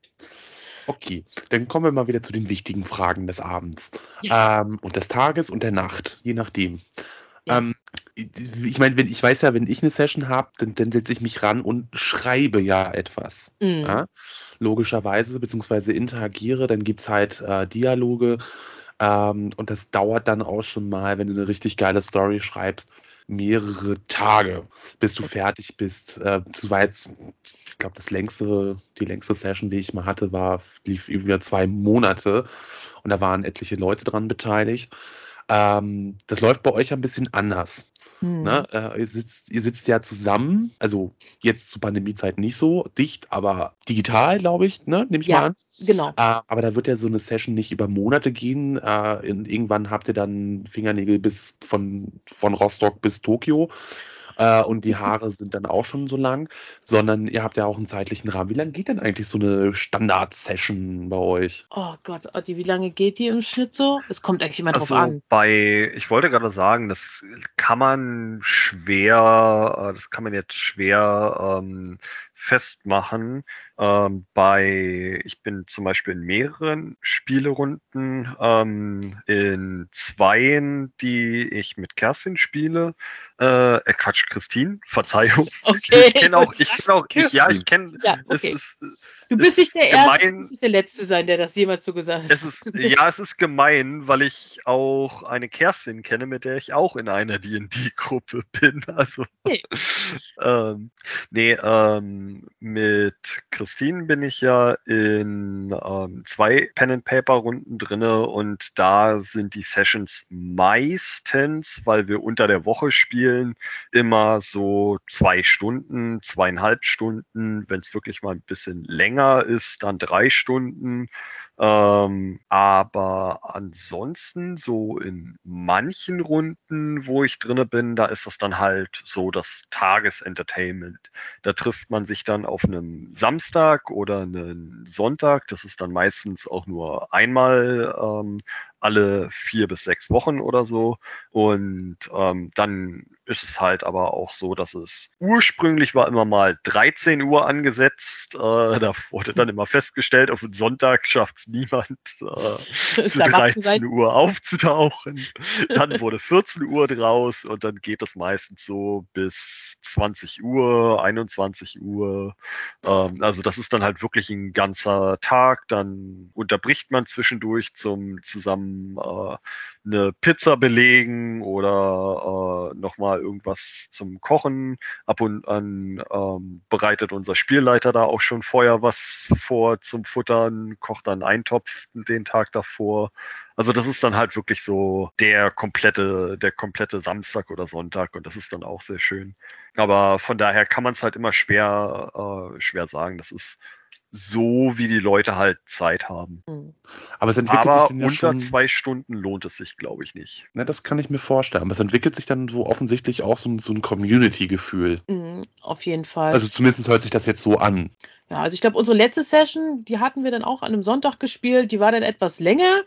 Okay, dann kommen wir mal wieder zu den wichtigen Fragen des Abends. ja, Ähm, und des Tages und der Nacht, je nachdem. ja. Ähm, ich meine, wenn ich weiß ja, wenn ich eine Session habe, dann, dann setze ich mich ran und schreibe ja etwas. Mm. Ja? Logischerweise, beziehungsweise interagiere, dann gibt es halt äh, Dialoge. Ähm, und das dauert dann auch schon mal, wenn du eine richtig geile Story schreibst, mehrere Tage, bis du fertig bist. Äh, so war jetzt, ich glaube, das längste, die längste Session, die ich mal hatte, war, lief über zwei Monate und da waren etliche Leute dran beteiligt. Ähm, das läuft bei euch ein bisschen anders. Mm. Ne? Äh, ihr sitzt, ihr sitzt ja zusammen, also jetzt zu Pandemiezeit nicht so dicht, aber digital, glaube ich, ne? Nehme ich mal Ja, an. genau. Äh, aber da wird ja so eine Session nicht über Monate gehen. Äh, in, irgendwann habt ihr dann Fingernägel bis von, von Rostock bis Tokio. Äh, und die Haare sind dann auch schon so lang, sondern ihr habt ja auch einen zeitlichen Rahmen. Wie lange geht denn eigentlich so eine Standard-Session bei euch? Oh Gott, Otti, wie lange geht die im Schnitt so? Es kommt eigentlich immer drauf Also an. bei, ich wollte gerade sagen, das kann man schwer, äh, das kann man jetzt schwer ähm, festmachen. Ähm, bei, ich bin zum Beispiel in mehreren Spielerunden, ähm, in zweien, die ich mit Kerstin spiele. Äh, äh Quatsch, Christine, Verzeihung. Okay, Ich kenne auch, ich kenne auch, ich, ja, ich Kirstin. kenne, ja, es okay. ist, Du es bist nicht ist der Erste, du gemein. musst nicht der Letzte sein, der das jemals so gesagt Es hat. ist, ja, es ist gemein, weil ich auch eine Kerstin kenne, mit der ich auch in einer D und D-Gruppe bin. Also, Okay. ähm, nee, ähm, mit Christine bin ich ja in ähm, zwei Pen-and-Paper-Runden drinne und da sind die Sessions meistens, weil wir unter der Woche spielen, immer so zwei Stunden, zweieinhalb Stunden. Wenn es wirklich mal ein bisschen länger ist, dann drei Stunden. Ähm, aber ansonsten so in manchen Runden, wo ich drinne bin, da ist das dann halt so das Tagesentertainment. Da trifft man sich dann auf einem Samstag oder einen Sonntag. Das ist dann meistens auch nur einmal ähm, alle vier bis sechs Wochen oder so. Und ähm, dann ist es halt aber auch so, dass es ursprünglich war immer mal dreizehn Uhr angesetzt. Äh, da wurde dann immer festgestellt, auf den Sonntag schafft es niemand äh, zu Da wach zu sein. dreizehn Uhr aufzutauchen. Dann wurde vierzehn Uhr draus und dann geht das meistens so bis zwanzig Uhr, einundzwanzig Uhr. Ähm, also das ist dann halt wirklich ein ganzer Tag. Dann unterbricht man zwischendurch zum zusammen äh, eine Pizza belegen oder äh, nochmal irgendwas zum Kochen. Ab und an ähm, bereitet unser Spielleiter da auch schon vorher was vor zum Futtern, kocht dann Eintopf den Tag davor. Also das ist dann halt wirklich so der komplette, der komplette Samstag oder Sonntag und das ist dann auch sehr schön. Aber von daher kann man es halt immer schwer, äh, schwer sagen. Das ist so, wie die Leute halt Zeit haben. Hm. Aber es entwickelt sich Aber dann ja unter schon, zwei Stunden lohnt es sich, glaube ich, nicht. ne, das kann ich mir vorstellen, aber es entwickelt sich dann so offensichtlich auch so ein, so ein Community-Gefühl. Mhm, auf jeden Fall. Also zumindest hört sich das jetzt so an. Ja, also ich glaube, unsere letzte Session, die hatten wir dann auch an einem Sonntag gespielt. Die war dann etwas länger.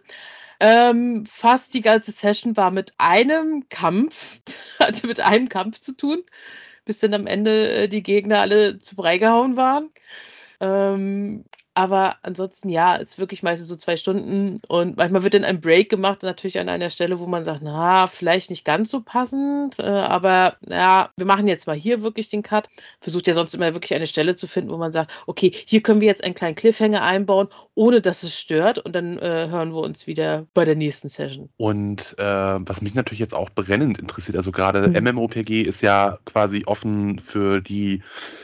Ähm, fast die ganze Session war mit einem Kampf, hatte mit einem Kampf zu tun, bis dann am Ende äh, die Gegner alle zu Brei gehauen waren. Ähm, Aber ansonsten, ja, ist wirklich meistens so zwei Stunden und manchmal wird dann ein Break gemacht, natürlich an einer Stelle, wo man sagt, na, vielleicht nicht ganz so passend, äh, aber ja, wir machen jetzt mal hier wirklich den Cut. Versucht ja sonst immer wirklich eine Stelle zu finden, wo man sagt, okay, hier können wir jetzt einen kleinen Cliffhanger einbauen, ohne dass es stört und dann äh, hören wir uns wieder bei der nächsten Session. Und äh, was mich natürlich jetzt auch brennend interessiert, also gerade Mhm. MMORPG ist ja quasi offen für die,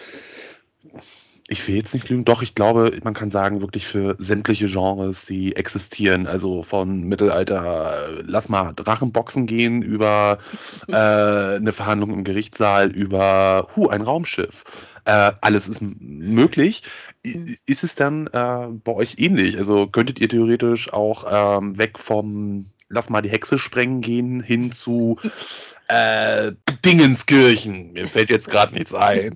ich will jetzt nicht lügen, doch, ich glaube, man kann sagen, wirklich für sämtliche Genres, die existieren. Also von Mittelalter, lass mal Drachenboxen gehen, über äh, eine Verhandlung im Gerichtssaal, über hu, ein Raumschiff. Äh, alles ist m- möglich. I- Mhm. Ist es dann äh, bei euch ähnlich? Also könntet ihr theoretisch auch ähm, weg vom Lass mal die Hexe sprengen gehen hin zu äh, Dingenskirchen? Mir fällt jetzt gerade nichts ein.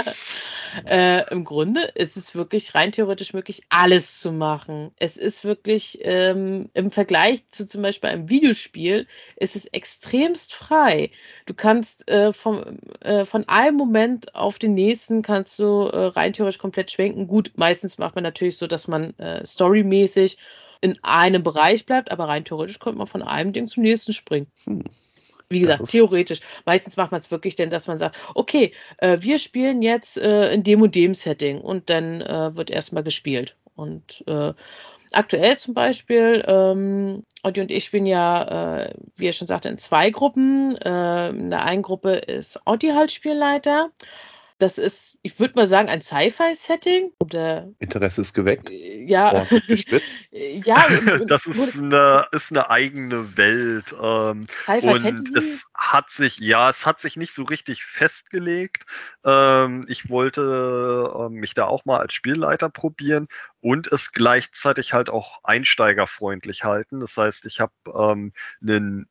Äh, im Grunde ist es wirklich rein theoretisch möglich, alles zu machen. Es ist wirklich ähm, im Vergleich zu zum Beispiel einem Videospiel, ist es extremst frei. Du kannst äh, vom, äh, von einem Moment auf den nächsten kannst du äh, rein theoretisch komplett schwenken. Gut, meistens macht man natürlich so, dass man äh, storymäßig in einem Bereich bleibt, aber rein theoretisch könnte man von einem Ding zum nächsten springen. Hm. Wie Das gesagt, ist theoretisch. Meistens macht man es wirklich denn, dass man sagt, okay, äh, wir spielen jetzt äh, in dem und dem Setting und dann äh, wird erstmal gespielt. Und äh, aktuell zum Beispiel, ähm, Audi und ich spielen ja, äh, wie ihr schon sagte, in zwei Gruppen. Äh, in der einen Gruppe ist Audi halt Spielleiter. Das ist, ich würde mal sagen, ein Sci-Fi-Setting. Oder Interesse ist geweckt, äh, ja, Ohren sind gespitzt. ja, im, im Das ist Grunde eine, ist eine eigene Welt. Ähm, und Sci-Fi-Fantasy. es hat sich, ja, es hat sich nicht so richtig festgelegt. Ähm, ich wollte ähm, mich da auch mal als Spielleiter probieren und es gleichzeitig halt auch einsteigerfreundlich halten. Das heißt, ich habe ähm, ein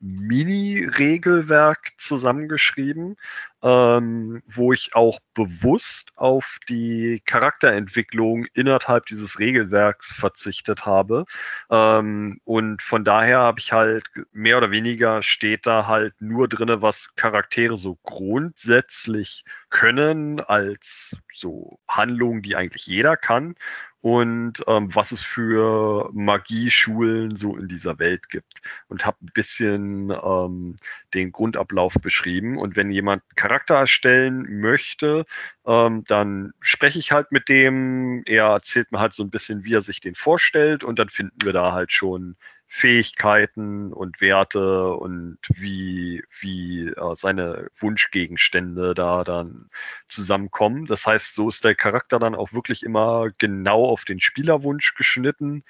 Mini-Regelwerk zusammengeschrieben, ähm, wo ich auch bewusst auf die Charakterentwicklung innerhalb dieses Regelwerks verzichtet habe. Ähm, und von daher habe ich halt mehr oder weniger steht da halt nur drinne, was Charaktere so grundsätzlich können als so Handlungen, die eigentlich jeder kann und ähm, was es für Magieschulen so in dieser Welt gibt und habe ein bisschen ähm, den Grundablauf beschrieben. Und wenn jemand einen Charakter erstellen möchte, ähm, dann spreche ich halt mit dem. Er erzählt mir halt so ein bisschen, wie er sich den vorstellt und dann finden wir da halt schon Fähigkeiten und Werte und wie, wie äh, seine Wunschgegenstände da dann zusammenkommen. Das heißt, so ist der Charakter dann auch wirklich immer genau auf den Spielerwunsch geschnitten.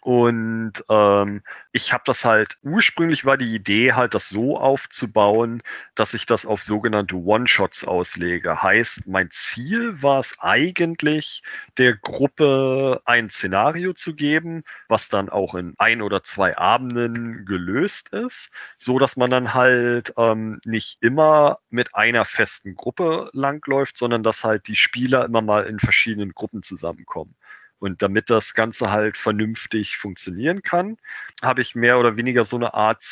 Und ähm, ich habe das halt, ursprünglich war die Idee halt, das so aufzubauen, dass ich das auf sogenannte One-Shots auslege. Heißt, mein Ziel war es eigentlich, der Gruppe ein Szenario zu geben, was dann auch in ein oder zwei Abenden gelöst ist, so dass man dann halt ähm, nicht immer mit einer festen Gruppe langläuft, sondern dass halt die Spieler immer mal in verschiedenen Gruppen zusammenkommen. Und damit das Ganze halt vernünftig funktionieren kann, habe ich mehr oder weniger so eine Art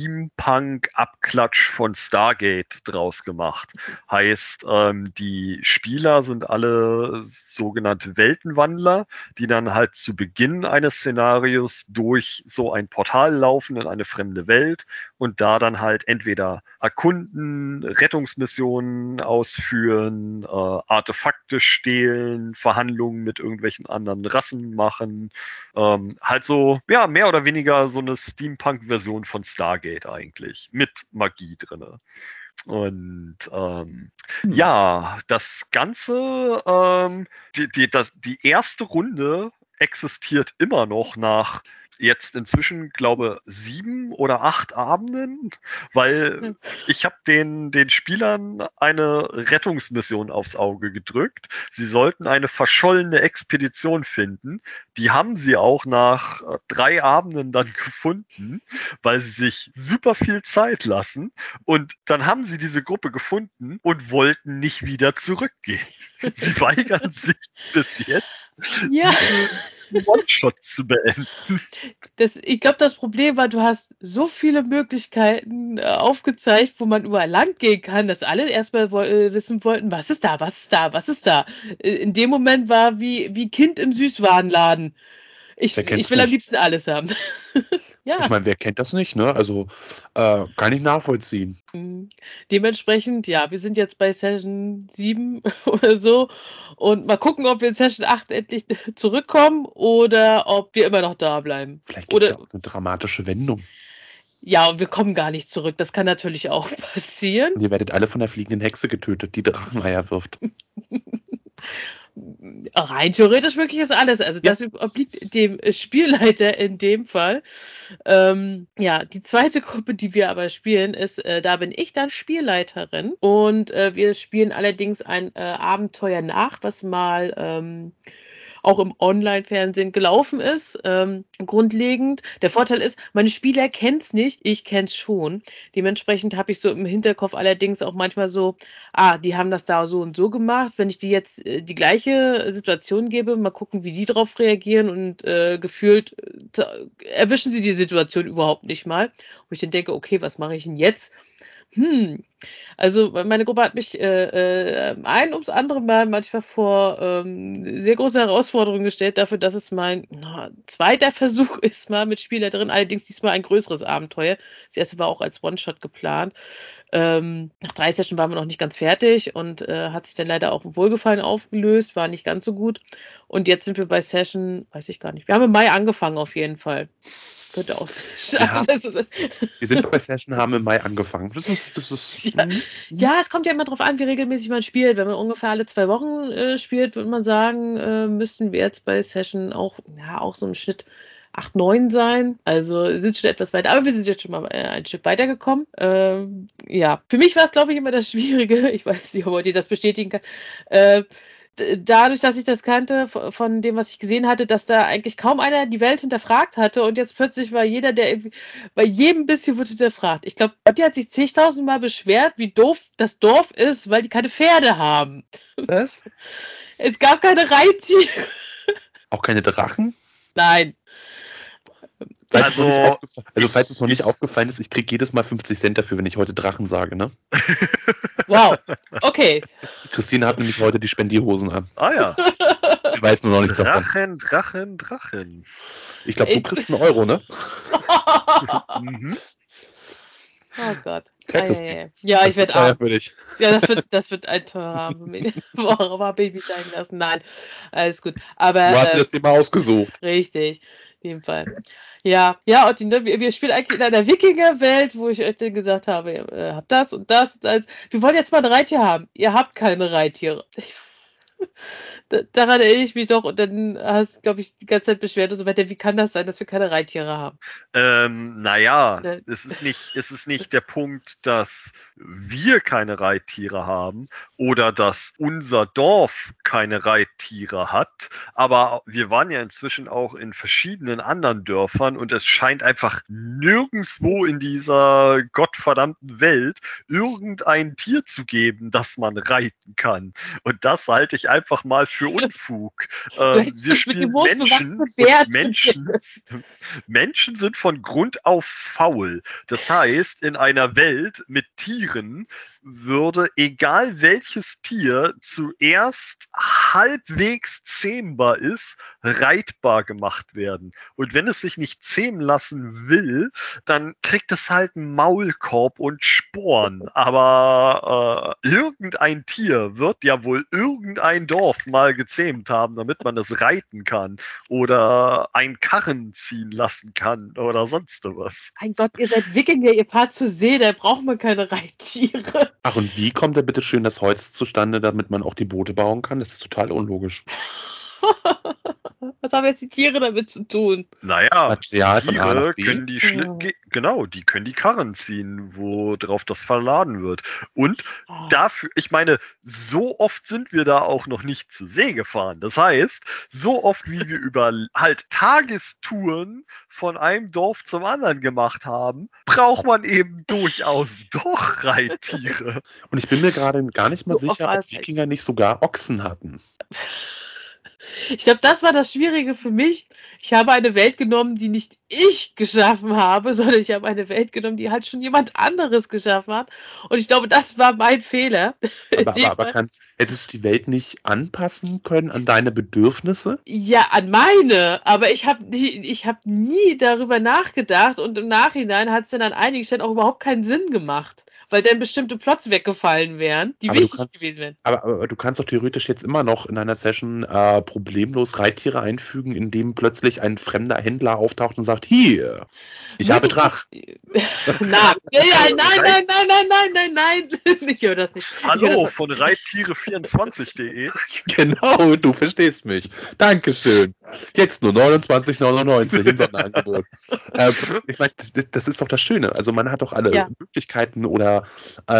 Steampunk-Abklatsch von Stargate draus gemacht. Heißt, ähm, die Spieler sind alle sogenannte Weltenwandler, die dann halt zu Beginn eines Szenarios durch so ein Portal laufen in eine fremde Welt und da dann halt entweder erkunden, Rettungsmissionen ausführen, äh, Artefakte stehlen, Verhandlungen mit irgendwelchen anderen Rassen machen. Ähm, halt so, ja, mehr oder weniger so eine Steampunk-Version von Stargate eigentlich. Mit Magie drinne. Und ähm, Hm. ja, das Ganze, ähm, die, die, das, die erste Runde existiert immer noch nach jetzt inzwischen, glaube sieben oder acht Abenden, weil ich habe den, den Spielern eine Rettungsmission aufs Auge gedrückt. Sie sollten eine verschollene Expedition finden. Die haben sie auch nach äh, drei Abenden dann gefunden, weil sie sich super viel Zeit lassen. Und dann haben sie diese Gruppe gefunden und wollten nicht wieder zurückgehen. Sie weigern sich bis jetzt, Ja. diese One-Shot zu beenden. Das, ich glaube, das Problem war, du hast so viele Möglichkeiten äh, aufgezeigt, wo man überall lang gehen kann, dass alle erstmal wo, äh, wissen wollten, was ist da, was ist da, was ist da. Äh, in dem Moment war wie, wie Kind im Süßwarenladen. Ich, Wer kennt's ich will am nicht? liebsten alles haben. Ja. Ich meine, wer kennt das nicht, ne? Also, äh, kann ich nachvollziehen. Mhm. Dementsprechend, ja, wir sind jetzt bei Session sieben oder so und mal gucken, ob wir in Session acht endlich zurückkommen oder ob wir immer noch da bleiben. Vielleicht gibt es Oder ja auch eine dramatische Wendung. ja, und wir kommen gar nicht zurück. Das kann natürlich auch passieren. Und ihr werdet alle von der fliegenden Hexe getötet, die Dracheneier wirft. Rein theoretisch wirklich ist alles. Also Ja. das obliegt dem Spielleiter in dem Fall. Ähm, ja, die zweite Gruppe, die wir aber spielen, ist, äh, da bin ich dann Spielleiterin und äh, wir spielen allerdings ein äh, Abenteuer nach, was mal ähm, auch im Online-Fernsehen gelaufen ist, ähm, grundlegend. Der Vorteil ist, meine Spieler kennen's nicht, ich kenn's schon. Dementsprechend habe ich so im Hinterkopf allerdings auch manchmal so, ah, die haben das da so und so gemacht. Wenn ich die jetzt äh, die gleiche Situation gebe, mal gucken, wie die drauf reagieren und äh, gefühlt äh, erwischen sie die Situation überhaupt nicht mal. Wo ich dann denke, okay, was mache ich denn jetzt? Hm, also meine Gruppe hat mich äh, äh, ein ums andere Mal manchmal vor ähm, sehr große Herausforderungen gestellt, dafür, dass es mein na, zweiter Versuch ist, mal mit Spielleiterin, allerdings diesmal ein größeres Abenteuer. Das erste war auch als One-Shot geplant. Ähm, nach drei Sessions waren wir noch nicht ganz fertig und äh, hat sich dann leider auch im Wohlgefallen aufgelöst, war nicht ganz so gut. Und jetzt sind wir bei Session, weiß ich gar nicht. Wir haben im Mai angefangen auf jeden Fall. Könnte auch sein. Ja. Das ist, Wir sind bei Session, haben im Mai angefangen. Das ist, das ist. Ja, ja, es kommt ja immer drauf an, wie regelmäßig man spielt. Wenn man ungefähr alle zwei Wochen äh, spielt, würde man sagen, äh, müssten wir jetzt bei Session auch, ja, auch so im Schnitt acht, neun sein. Also sind schon etwas weiter. Aber wir sind jetzt schon mal äh, ein Stück weitergekommen. Ähm, ja, für mich war es, glaube ich, immer das Schwierige. Ich weiß nicht, ob ihr das bestätigen kann. Äh, Dadurch, dass ich das kannte, von dem, was ich gesehen hatte, dass da eigentlich kaum einer die Welt hinterfragt hatte und jetzt plötzlich war jeder, der irgendwie, bei jedem bisschen wurde hinterfragt. Ich glaube, die hat sich zigtausendmal beschwert, wie doof das Dorf ist, weil die keine Pferde haben. Was? Es gab keine Reittiere. Auch keine Drachen? Nein. Falls Also- es noch nicht aufgefa- also falls es noch nicht aufgefallen ist, ich kriege jedes Mal fünfzig Cent dafür, wenn ich heute Drachen sage, ne? Wow. Okay. Christine hat nämlich heute die Spendierhosen an. Ah ja. Ich weiß nur noch nichts davon. Drachen, Drachen, Drachen. Ich glaube, du Ich- kriegst einen Euro, ne? Mhm. Oh Gott. Tja, Ah, ja, Christine. ja, ja. ja, Das ich wird werde teuer arm. für dich. Ja, das wird, das wird ein teurer Abend für mich. Worauf habe ich mich sein lassen? Nein, alles gut. Aber Du hast dir äh, das Thema ausgesucht. richtig, in dem Fall. Ja, ja, und die, ne, wir, wir spielen eigentlich in einer Wikingerwelt, wo ich euch dann gesagt habe, ihr äh, habt das und das und das. Wir wollen jetzt mal ein Reittier haben. Ihr habt keine Reittiere. Da- Daran erinnere ich mich doch und dann hast du, glaube ich, die ganze Zeit beschwert und so weiter. Wie kann das sein, dass wir keine Reittiere haben? Ähm, naja, Ne. es ist nicht, es ist nicht der Punkt, dass wir keine Reittiere haben oder dass unser Dorf keine Reittiere hat, aber wir waren ja inzwischen auch in verschiedenen anderen Dörfern und es scheint einfach nirgendwo in dieser gottverdammten Welt irgendein Tier zu geben, das man reiten kann. Und das halte ich einfach mal für Unfug. Ähm, hättest wir mich mit dem spielen Moos Menschen bewachsenen Bär und Menschen, Menschen sind von Grund auf faul. Das heißt, in einer Welt mit Tieren würde egal welches Tier zuerst halbwegs zähmbar ist, reitbar gemacht werden. Und wenn es sich nicht zähmen lassen will, dann kriegt es halt einen Maulkorb und Sporen. Aber äh, irgendein Tier wird ja wohl irgendein Dorf mal gezähmt haben, damit man es reiten kann oder einen Karren ziehen lassen kann oder sonst was. Mein Gott, ihr seid Wikinger, ihr fahrt zur See, da braucht man keine Reittiere. Ach, und wie kommt da bitte schön das Holz zustande, damit man auch die Boote bauen kann? Das ist total unlogisch. Was haben jetzt die Tiere damit zu tun? Naja, Material von A Tiere nach B. können die Schli Ja. ge- genau, die können die Karren ziehen, worauf das verladen wird. Und Ah. dafür, ich meine, so oft sind wir da auch noch nicht zur See gefahren. Das heißt, so oft wie wir über halt Tagestouren von einem Dorf zum anderen gemacht haben, braucht man eben durchaus doch Reittiere. Und ich bin mir gerade gar nicht mal So oft sicher, war ob es halt. Wikinger nicht sogar Ochsen hatten. Ich glaube, das war das Schwierige für mich. Ich habe eine Welt genommen, die nicht ich geschaffen habe, sondern ich habe eine Welt genommen, die halt schon jemand anderes geschaffen hat. Und ich glaube, das war mein Fehler. Aber, aber, aber kannst, hättest du die Welt nicht anpassen können an deine Bedürfnisse? Ja, an meine, aber ich habe ich hab nie darüber nachgedacht und im Nachhinein hat es dann an einigen Stellen auch überhaupt keinen Sinn gemacht, weil dann bestimmte Plots weggefallen wären, die Aber du wichtig kannst- gewesen wären. Aber, aber du kannst doch theoretisch jetzt immer noch in einer Session äh, problemlos Reittiere einfügen, indem plötzlich ein fremder Händler auftaucht und sagt, hier, ich habe Drach. Na, ja, ja, nein, nein, nein, nein, nein, nein, nein. Ich höre das nicht. Ich höre Hallo das von reittiere vierundzwanzig punkt de. Genau, du verstehst mich. Dankeschön. Jetzt nur neunundzwanzig neunundneunzig im Sonderangebot. ähm, ich meine, das, das ist doch das Schöne. Also man hat doch alle Ja. Möglichkeiten oder äh,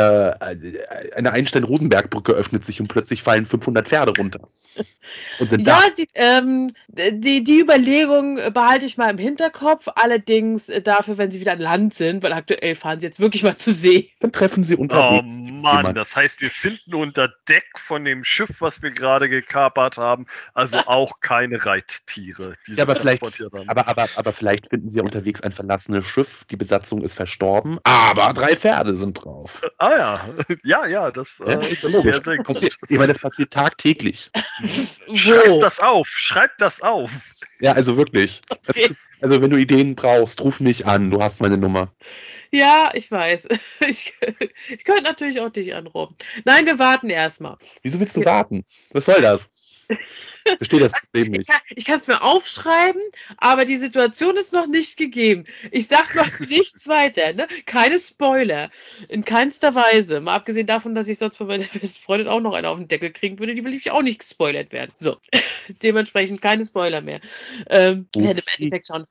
eine Einstein-Rosenberg-Brücke öffnet sich und plötzlich fallen fünfhundert Pferde runter. Und sind Ja, da. die, ähm, die, die Überlegung behalte ich mal im Hinterkopf, allerdings äh, dafür, wenn sie wieder an Land sind, weil aktuell fahren sie jetzt wirklich mal zur See. Dann treffen sie Oh unterwegs Mann, jemanden. das heißt, wir finden unter Deck von dem Schiff, was wir gerade gekapert haben, also auch keine Reittiere, die Ja, aber sie vielleicht, transportiert haben. aber, aber, aber vielleicht finden sie ja unterwegs ein verlassenes Schiff, die Besatzung ist verstorben, aber drei Pferde sind drauf. Ah ja, ja, ja, das Ja, äh, ist ja logisch. sehr, sehr gut. Passiert, ich meine, das passiert tagtäglich. Schreibt Wo? das auf, schreibt das auf. Ja, also wirklich. Das ist, also wenn du Ideen brauchst, ruf mich an, du hast meine Nummer. Ja, ich weiß. Ich, ich könnte natürlich auch dich anrufen. Nein, wir warten erstmal. Wieso willst du Ja. warten? Was soll das? Verstehe das Problem Ich nicht. kann ich kann es mir aufschreiben, aber die Situation ist noch nicht gegeben. Ich sag noch nichts weiter, ne? Keine Spoiler. In keinster Weise. Mal abgesehen davon, dass ich sonst von meiner besten Freundin auch noch eine auf den Deckel kriegen würde, die will ich auch nicht gespoilert werden. So. Dementsprechend keine Spoiler mehr. Ähm, Okay. ja, im Endeffekt schon.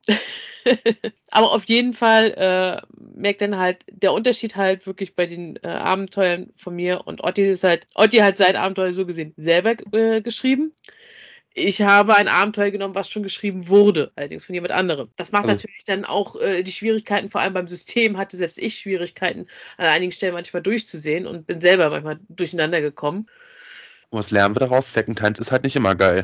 Aber auf jeden Fall äh, merkt dann halt der Unterschied halt wirklich bei den äh, Abenteuern von mir und Otti ist halt, Otti hat sein Abenteuer so gesehen selber äh, geschrieben. Ich habe ein Abenteuer genommen, was schon geschrieben wurde, allerdings von jemand anderem. Das macht Also- natürlich dann auch äh, die Schwierigkeiten, vor allem beim System hatte selbst ich Schwierigkeiten, an einigen Stellen manchmal durchzusehen und bin selber manchmal durcheinander gekommen. Und was lernen wir daraus? Secondhand ist halt nicht immer geil.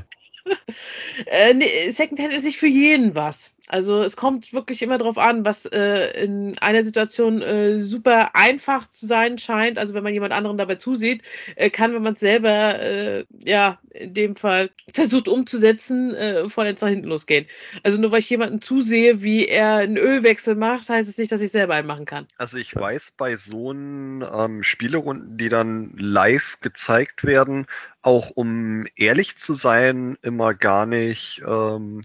Äh, nee, Secondhand ist nicht für jeden was. Also es kommt wirklich immer darauf an, was äh, in einer Situation äh, super einfach zu sein scheint. Also wenn man jemand anderen dabei zusieht, äh, kann, wenn man es selber, äh, ja, in dem Fall versucht umzusetzen, äh, vollends nach hinten losgehen. Also nur weil ich jemanden zusehe, wie er einen Ölwechsel macht, heißt es nicht, dass ich selber einen machen kann. Also ich weiß, bei so einen ähm, Spielerunden, die dann live gezeigt werden, auch um ehrlich zu sein, immer gar nicht, ähm,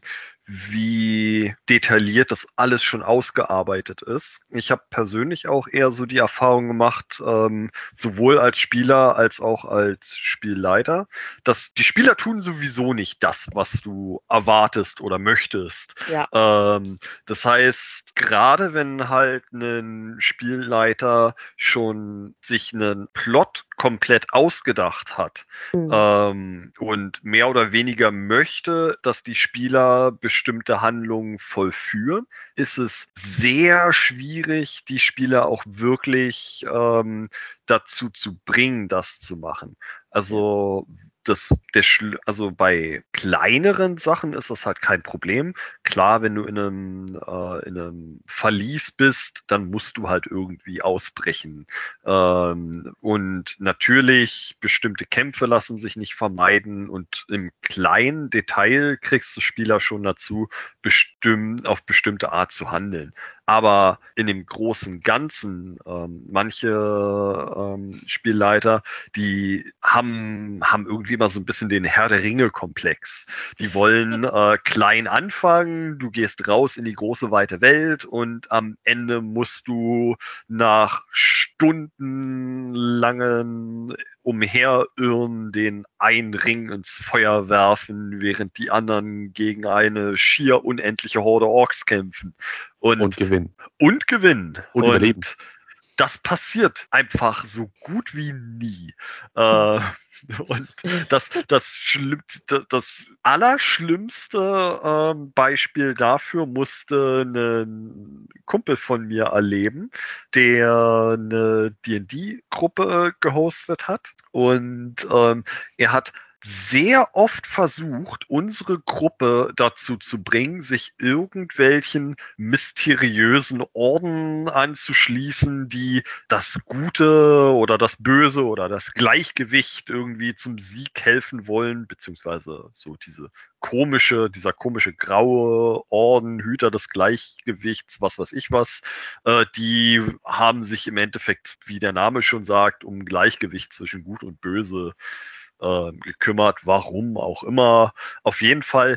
wie detailliert das alles schon ausgearbeitet ist. Ich habe persönlich auch eher so die Erfahrung gemacht, ähm, sowohl als Spieler als auch als Spielleiter, dass die Spieler tun sowieso nicht das, was du erwartest oder möchtest. Ja. Ähm, das heißt, gerade wenn halt ein Spielleiter schon sich einen Plot komplett ausgedacht hat, Mhm. ähm, und mehr oder weniger möchte, dass die Spieler bestimmte Handlungen vollführen, ist es sehr schwierig, die Spieler auch wirklich ähm, dazu zu bringen, das zu machen. Also das, der, Schl- also bei kleineren Sachen ist das halt kein Problem. Klar, wenn du in einem, äh, in einem Verlies bist, dann musst du halt irgendwie ausbrechen. Ähm, und natürlich, bestimmte Kämpfe lassen sich nicht vermeiden und im kleinen Detail kriegst du Spieler schon dazu, bestimmt, auf bestimmte Art zu handeln. Aber in dem großen Ganzen, ähm, manche ähm, Spielleiter, die haben, haben irgendwie immer so ein bisschen den Herr der Ringe-Komplex. Die wollen äh, klein anfangen, du gehst raus in die große weite Welt und am Ende musst du nach stundenlangen Umherirren den einen Ring ins Feuer werfen, während die anderen gegen eine schier unendliche Horde Orks kämpfen. Und, Und gewinnen. und gewinnen. Und überleben. Das passiert einfach so gut wie nie. Äh, und das, das, Schlimm, das, das allerschlimmste ähm, Beispiel dafür musste ein Kumpel von mir erleben, der eine D und D-Gruppe gehostet hat. Und ähm, er hat sehr oft versucht, unsere Gruppe dazu zu bringen, sich irgendwelchen mysteriösen Orden anzuschließen, die das Gute oder das Böse oder das Gleichgewicht irgendwie zum Sieg helfen wollen, beziehungsweise so diese komische, dieser komische graue Orden, Hüter des Gleichgewichts, was weiß ich was, äh, die haben sich im Endeffekt, wie der Name schon sagt, um Gleichgewicht zwischen Gut und Böse äh, gekümmert, warum auch immer. Auf jeden Fall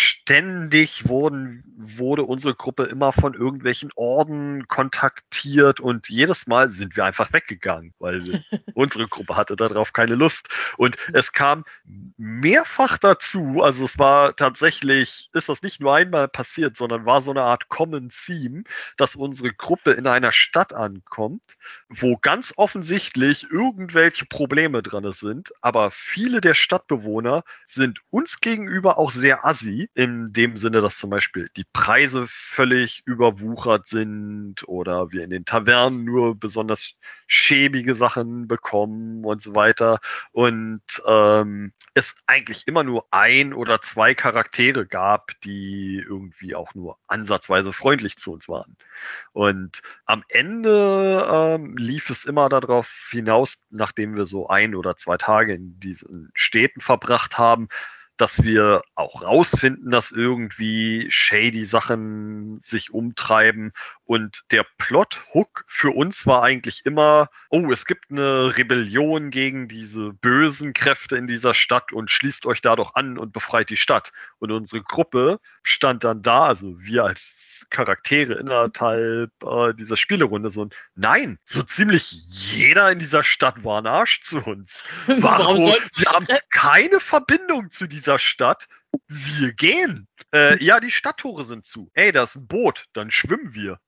ständig wurden, wurde unsere Gruppe immer von irgendwelchen Orden kontaktiert und jedes Mal sind wir einfach weggegangen, weil unsere Gruppe hatte darauf keine Lust. Und es kam mehrfach dazu, also es war tatsächlich, ist das nicht nur einmal passiert, sondern war so eine Art Common Theme, dass unsere Gruppe in einer Stadt ankommt, wo ganz offensichtlich irgendwelche Probleme dran sind, aber viele der Stadtbewohner sind uns gegenüber auch sehr assi, in dem Sinne, dass zum Beispiel die Preise völlig überwuchert sind oder wir in den Tavernen nur besonders schäbige Sachen bekommen und so weiter. Und ähm, es eigentlich immer nur ein oder zwei Charaktere gab, die irgendwie auch nur ansatzweise freundlich zu uns waren. Und am Ende ähm, lief es immer darauf hinaus, nachdem wir so ein oder zwei Tage in diesen Städten verbracht haben, dass wir auch rausfinden, dass irgendwie shady Sachen sich umtreiben. Und der Plot-Hook für uns war eigentlich immer, oh, es gibt eine Rebellion gegen diese bösen Kräfte in dieser Stadt und schließt euch da doch an und befreit die Stadt. Und unsere Gruppe stand dann da, also wir als Charaktere innerhalb äh, dieser Spielerunde so, nein, so ziemlich jeder in dieser Stadt war ein Arsch zu uns. Warum Warum? sollten Wir haben keine Verbindung zu dieser Stadt. Wir gehen. Äh, ja, die Stadttore sind zu. Ey, da ist ein Boot, dann schwimmen wir.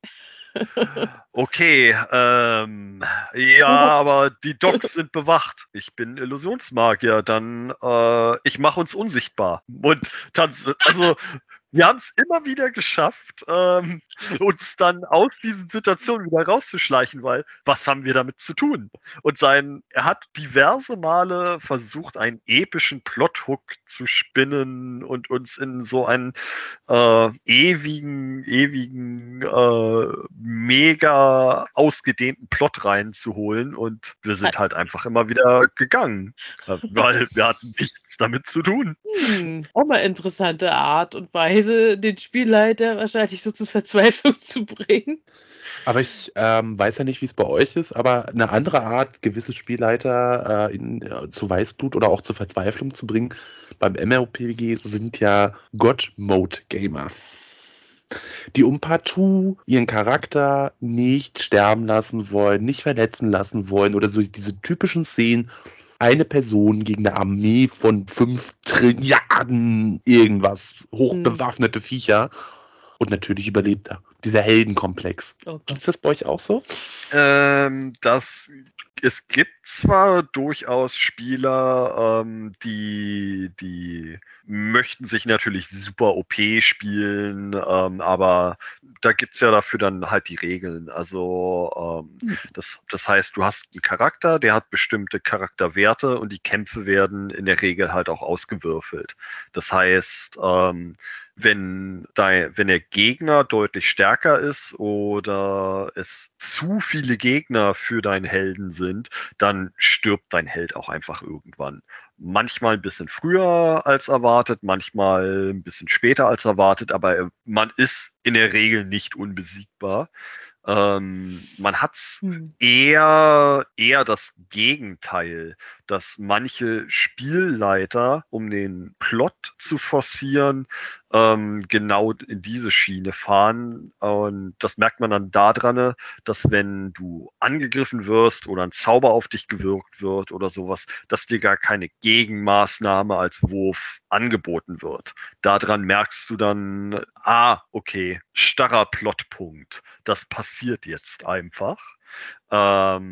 Okay, ähm, ja, aber die Docks sind bewacht. Ich bin Illusionsmagier, dann äh, ich mache uns unsichtbar. Und also wir haben es immer wieder geschafft, ähm, uns dann aus diesen Situationen wieder rauszuschleichen, weil was haben wir damit zu tun? Und sein, er hat diverse Male versucht, einen epischen Plothook zu spinnen und uns in so einen äh, ewigen, ewigen, äh, mega ausgedehnten Plot reinzuholen und wir sind halt einfach immer wieder gegangen, weil wir hatten nichts damit zu tun. Hm, auch mal interessante Art und Weise, den Spielleiter wahrscheinlich so zur Verzweiflung zu bringen. Aber ich ähm, weiß ja nicht, wie es bei euch ist, aber eine andere Art, gewisse Spielleiter äh, in, äh, zu Weißblut oder auch zur Verzweiflung zu bringen, beim MMORPG sind ja God-Mode-Gamer, die um partout ihren Charakter nicht sterben lassen wollen, nicht verletzen lassen wollen oder so diese typischen Szenen, eine Person gegen eine Armee von fünf Trilliarden irgendwas, hochbewaffnete Viecher und natürlich überlebt er. Dieser Heldenkomplex. Okay. Gibt es das bei euch auch so? Ähm, das, es gibt zwar durchaus Spieler, ähm, die, die möchten sich natürlich super O P spielen, ähm, aber da gibt's ja dafür dann halt die Regeln. Also ähm, das, das heißt, du hast einen Charakter, der hat bestimmte Charakterwerte und die Kämpfe werden in der Regel halt auch ausgewürfelt. Das heißt, ähm, wenn, dein, wenn der Gegner deutlich stärker ist oder es zu viele Gegner für deinen Helden sind, dann stirbt dein Held auch einfach irgendwann. Manchmal ein bisschen früher als erwartet, manchmal ein bisschen später als erwartet, aber man ist in der Regel nicht unbesiegbar. Ähm, man hat's Hm. eher, eher das Gegenteil, dass manche Spielleiter, um den Plot zu forcieren, ähm, genau in diese Schiene fahren. Und das merkt man dann daran, dass wenn du angegriffen wirst oder ein Zauber auf dich gewirkt wird oder sowas, dass dir gar keine Gegenmaßnahme als Wurf angeboten wird. Daran merkst du dann, ah, okay, starrer Plotpunkt. Das passiert jetzt einfach. Ähm,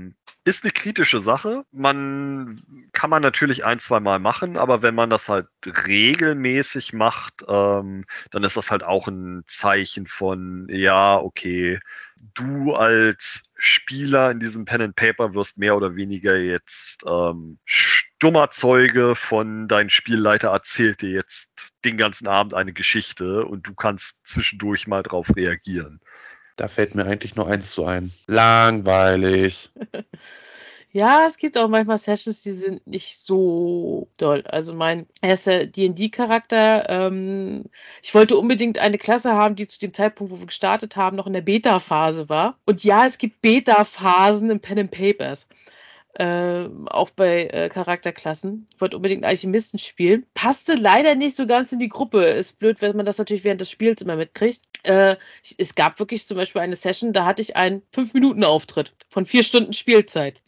ist eine kritische Sache. Man kann man natürlich ein, zwei Mal machen, aber wenn man das halt regelmäßig macht, ähm, dann ist das halt auch ein Zeichen von, ja, okay, du als Spieler in diesem Pen and Paper wirst mehr oder weniger jetzt ähm, stummer Zeuge von deinem Spielleiter erzählt dir jetzt den ganzen Abend eine Geschichte und du kannst zwischendurch mal drauf reagieren. Da fällt mir eigentlich nur eins zu ein. Langweilig. Ja, es gibt auch manchmal Sessions, die sind nicht so doll. Also mein erster D und D-Charakter, ähm, ich wollte unbedingt eine Klasse haben, die zu dem Zeitpunkt, wo wir gestartet haben, noch in der Beta-Phase war. Und ja, es gibt Beta-Phasen in Pen and Papers. Äh, auch bei äh, Charakterklassen. Ich wollte unbedingt Alchemisten spielen. Passte leider nicht so ganz in die Gruppe. Ist blöd, wenn man das natürlich während des Spiels immer mitkriegt. Äh, ich, es gab wirklich zum Beispiel eine Session, da hatte ich einen fünf Minuten Auftritt von vier Stunden Spielzeit.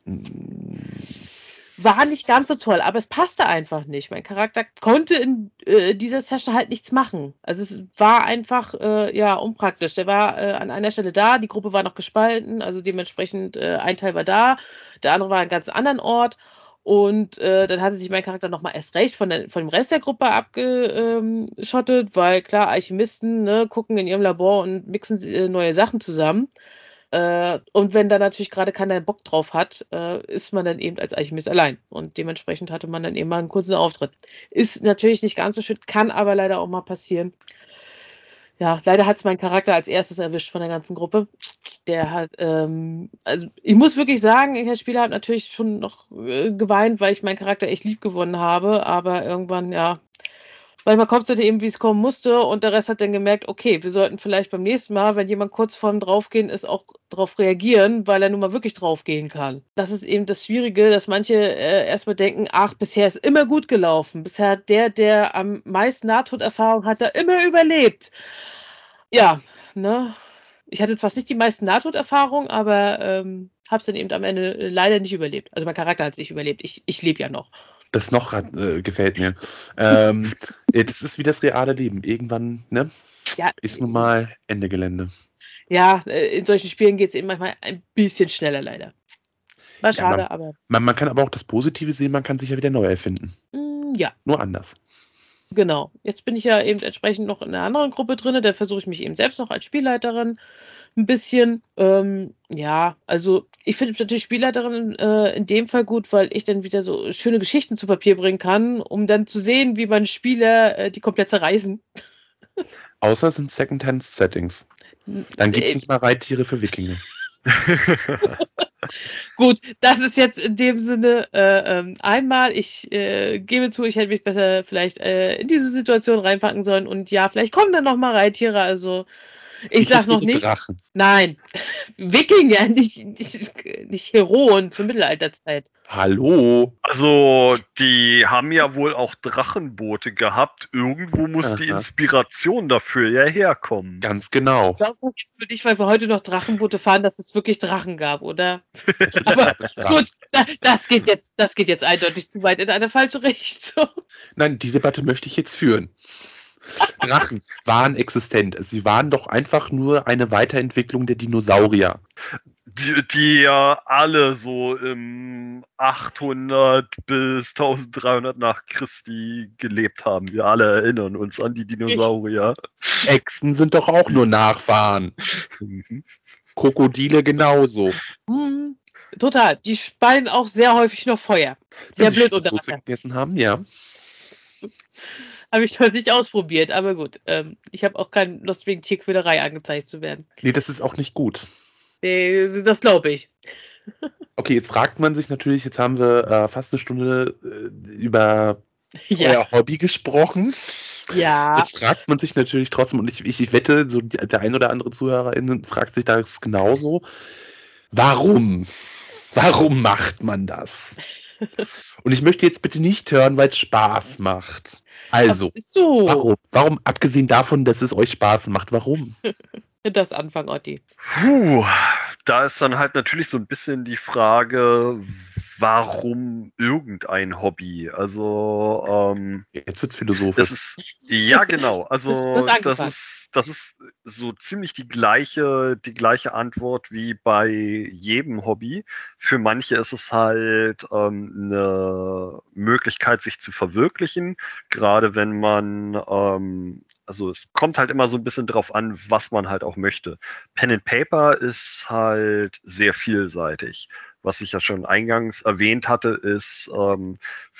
War nicht ganz so toll, aber es passte einfach nicht. Mein Charakter konnte in äh, dieser Session halt nichts machen. Also es war einfach äh, ja unpraktisch. Der war äh, an einer Stelle da, die Gruppe war noch gespalten, also dementsprechend äh, ein Teil war da, der andere war an einem ganz anderen Ort. Und äh, dann hatte sich mein Charakter nochmal erst recht von, der, von dem Rest der Gruppe abgeschottet, weil klar, Alchemisten ne, gucken in ihrem Labor und mixen äh, neue Sachen zusammen. Äh, und wenn da natürlich gerade keiner Bock drauf hat, äh, ist man dann eben als Alchemist allein. Und dementsprechend hatte man dann eben mal einen kurzen Auftritt. Ist natürlich nicht ganz so schön, kann aber leider auch mal passieren. Ja, leider hat es mein Charakter als erstes erwischt von der ganzen Gruppe. Der hat, ähm, also ich muss wirklich sagen, ich als Spieler habe natürlich schon noch äh, geweint, weil ich meinen Charakter echt lieb gewonnen habe, aber irgendwann, ja, manchmal kommt es dann eben, wie es kommen musste und der Rest hat dann gemerkt, okay, wir sollten vielleicht beim nächsten Mal, wenn jemand kurz vorm Draufgehen ist, auch drauf reagieren, weil er nun mal wirklich draufgehen kann. Das ist eben das Schwierige, dass manche äh, erstmal denken, ach, bisher ist immer gut gelaufen. Bisher hat der, der am meisten Nahtoderfahrung hat, da immer überlebt. Ja, ne? Ich hatte zwar nicht die meisten Nahtoderfahrungen, aber ähm, habe es dann eben am Ende äh, leider nicht überlebt. Also mein Charakter hat es nicht überlebt. Ich, ich lebe ja noch. Das noch hat, äh, gefällt mir. Ähm, das ist wie das reale Leben. Irgendwann, ne? Ja, Ist nun mal Ende Gelände. Ja, äh, in solchen Spielen geht es eben manchmal ein bisschen schneller leider. War Ja, schade, man, aber man, man kann aber auch das Positive sehen, man kann sich ja wieder neu erfinden. mh, ja, Nur anders. genau. Jetzt bin ich ja eben entsprechend noch in einer anderen Gruppe drin, da versuche ich mich eben selbst noch als Spielleiterin ein bisschen. Ähm, ja, also ich finde natürlich Spielleiterin äh, in dem Fall gut, weil ich dann wieder so schöne Geschichten zu Papier bringen kann, um dann zu sehen, wie meine Spieler äh, die komplett zerreißen. Außer es sind Second-Hand-Settings. Dann gibt es Äh, nicht mal Reittiere für Wikinger. Gut, das ist jetzt in dem Sinne äh, ähm, einmal, ich äh, gebe zu, ich hätte mich besser vielleicht äh, in diese Situation reinpacken sollen und ja, vielleicht kommen dann noch mal Reittiere, also ich, Ich sag noch hätte nicht. Drachen. Nein, Wikinger, nicht, nicht, nicht Heroen zur Mittelalterzeit. Hallo. Also, die haben ja wohl auch Drachenboote gehabt. Irgendwo muss die Aha. Inspiration dafür ja herkommen. Ganz genau. Ich glaube jetzt nicht, weil wir heute noch Drachenboote fahren, dass es wirklich Drachen gab, oder? Natürlich Aber gab es Drachen. gut, da, das geht jetzt, das geht jetzt eindeutig zu weit in eine falsche Richtung. Nein, die Debatte möchte ich jetzt führen. Drachen waren existent. Sie waren doch einfach nur eine Weiterentwicklung der Dinosaurier. Die, die ja alle so im achthundert bis dreizehnhundert nach Christi gelebt haben. Wir alle erinnern uns an die Dinosaurier. Echsen sind doch auch nur Nachfahren. Krokodile genauso. Hm, total. Die speien auch sehr häufig noch Feuer. Sehr Wenn sie blöd Soße untereinander. gegessen haben, ja. Habe ich noch nicht ausprobiert, aber gut. Ähm, ich habe auch keine Lust, wegen Tierquälerei angezeigt zu werden. Nee, das ist auch nicht gut. Nee, das glaube ich. Okay, jetzt fragt man sich natürlich, jetzt haben wir äh, fast eine Stunde äh, über Ja. euer Hobby gesprochen. Ja. Jetzt fragt man sich natürlich trotzdem, und ich, ich, ich wette, so der ein oder andere ZuhörerInnen fragt sich das genauso. Warum? Warum macht man das? Und ich möchte jetzt bitte nicht hören, weil es Spaß macht. Also, so. warum? Warum, abgesehen davon, dass es euch Spaß macht, warum? Das Anfang, Otti. Puh, da ist dann halt natürlich so ein bisschen die Frage, warum irgendein Hobby? Also, ähm, Jetzt wird's das philosophisch. ist, ja genau, Du also hast das angefangen. ist, das ist so ziemlich die gleiche, die gleiche Antwort wie bei jedem Hobby. Für manche ist es halt ähm, eine Möglichkeit, sich zu verwirklichen, gerade wenn man, ähm, also es kommt halt immer so ein bisschen drauf an, was man halt auch möchte. Pen and Paper ist halt sehr vielseitig. Was ich ja schon eingangs erwähnt hatte, ist, ähm,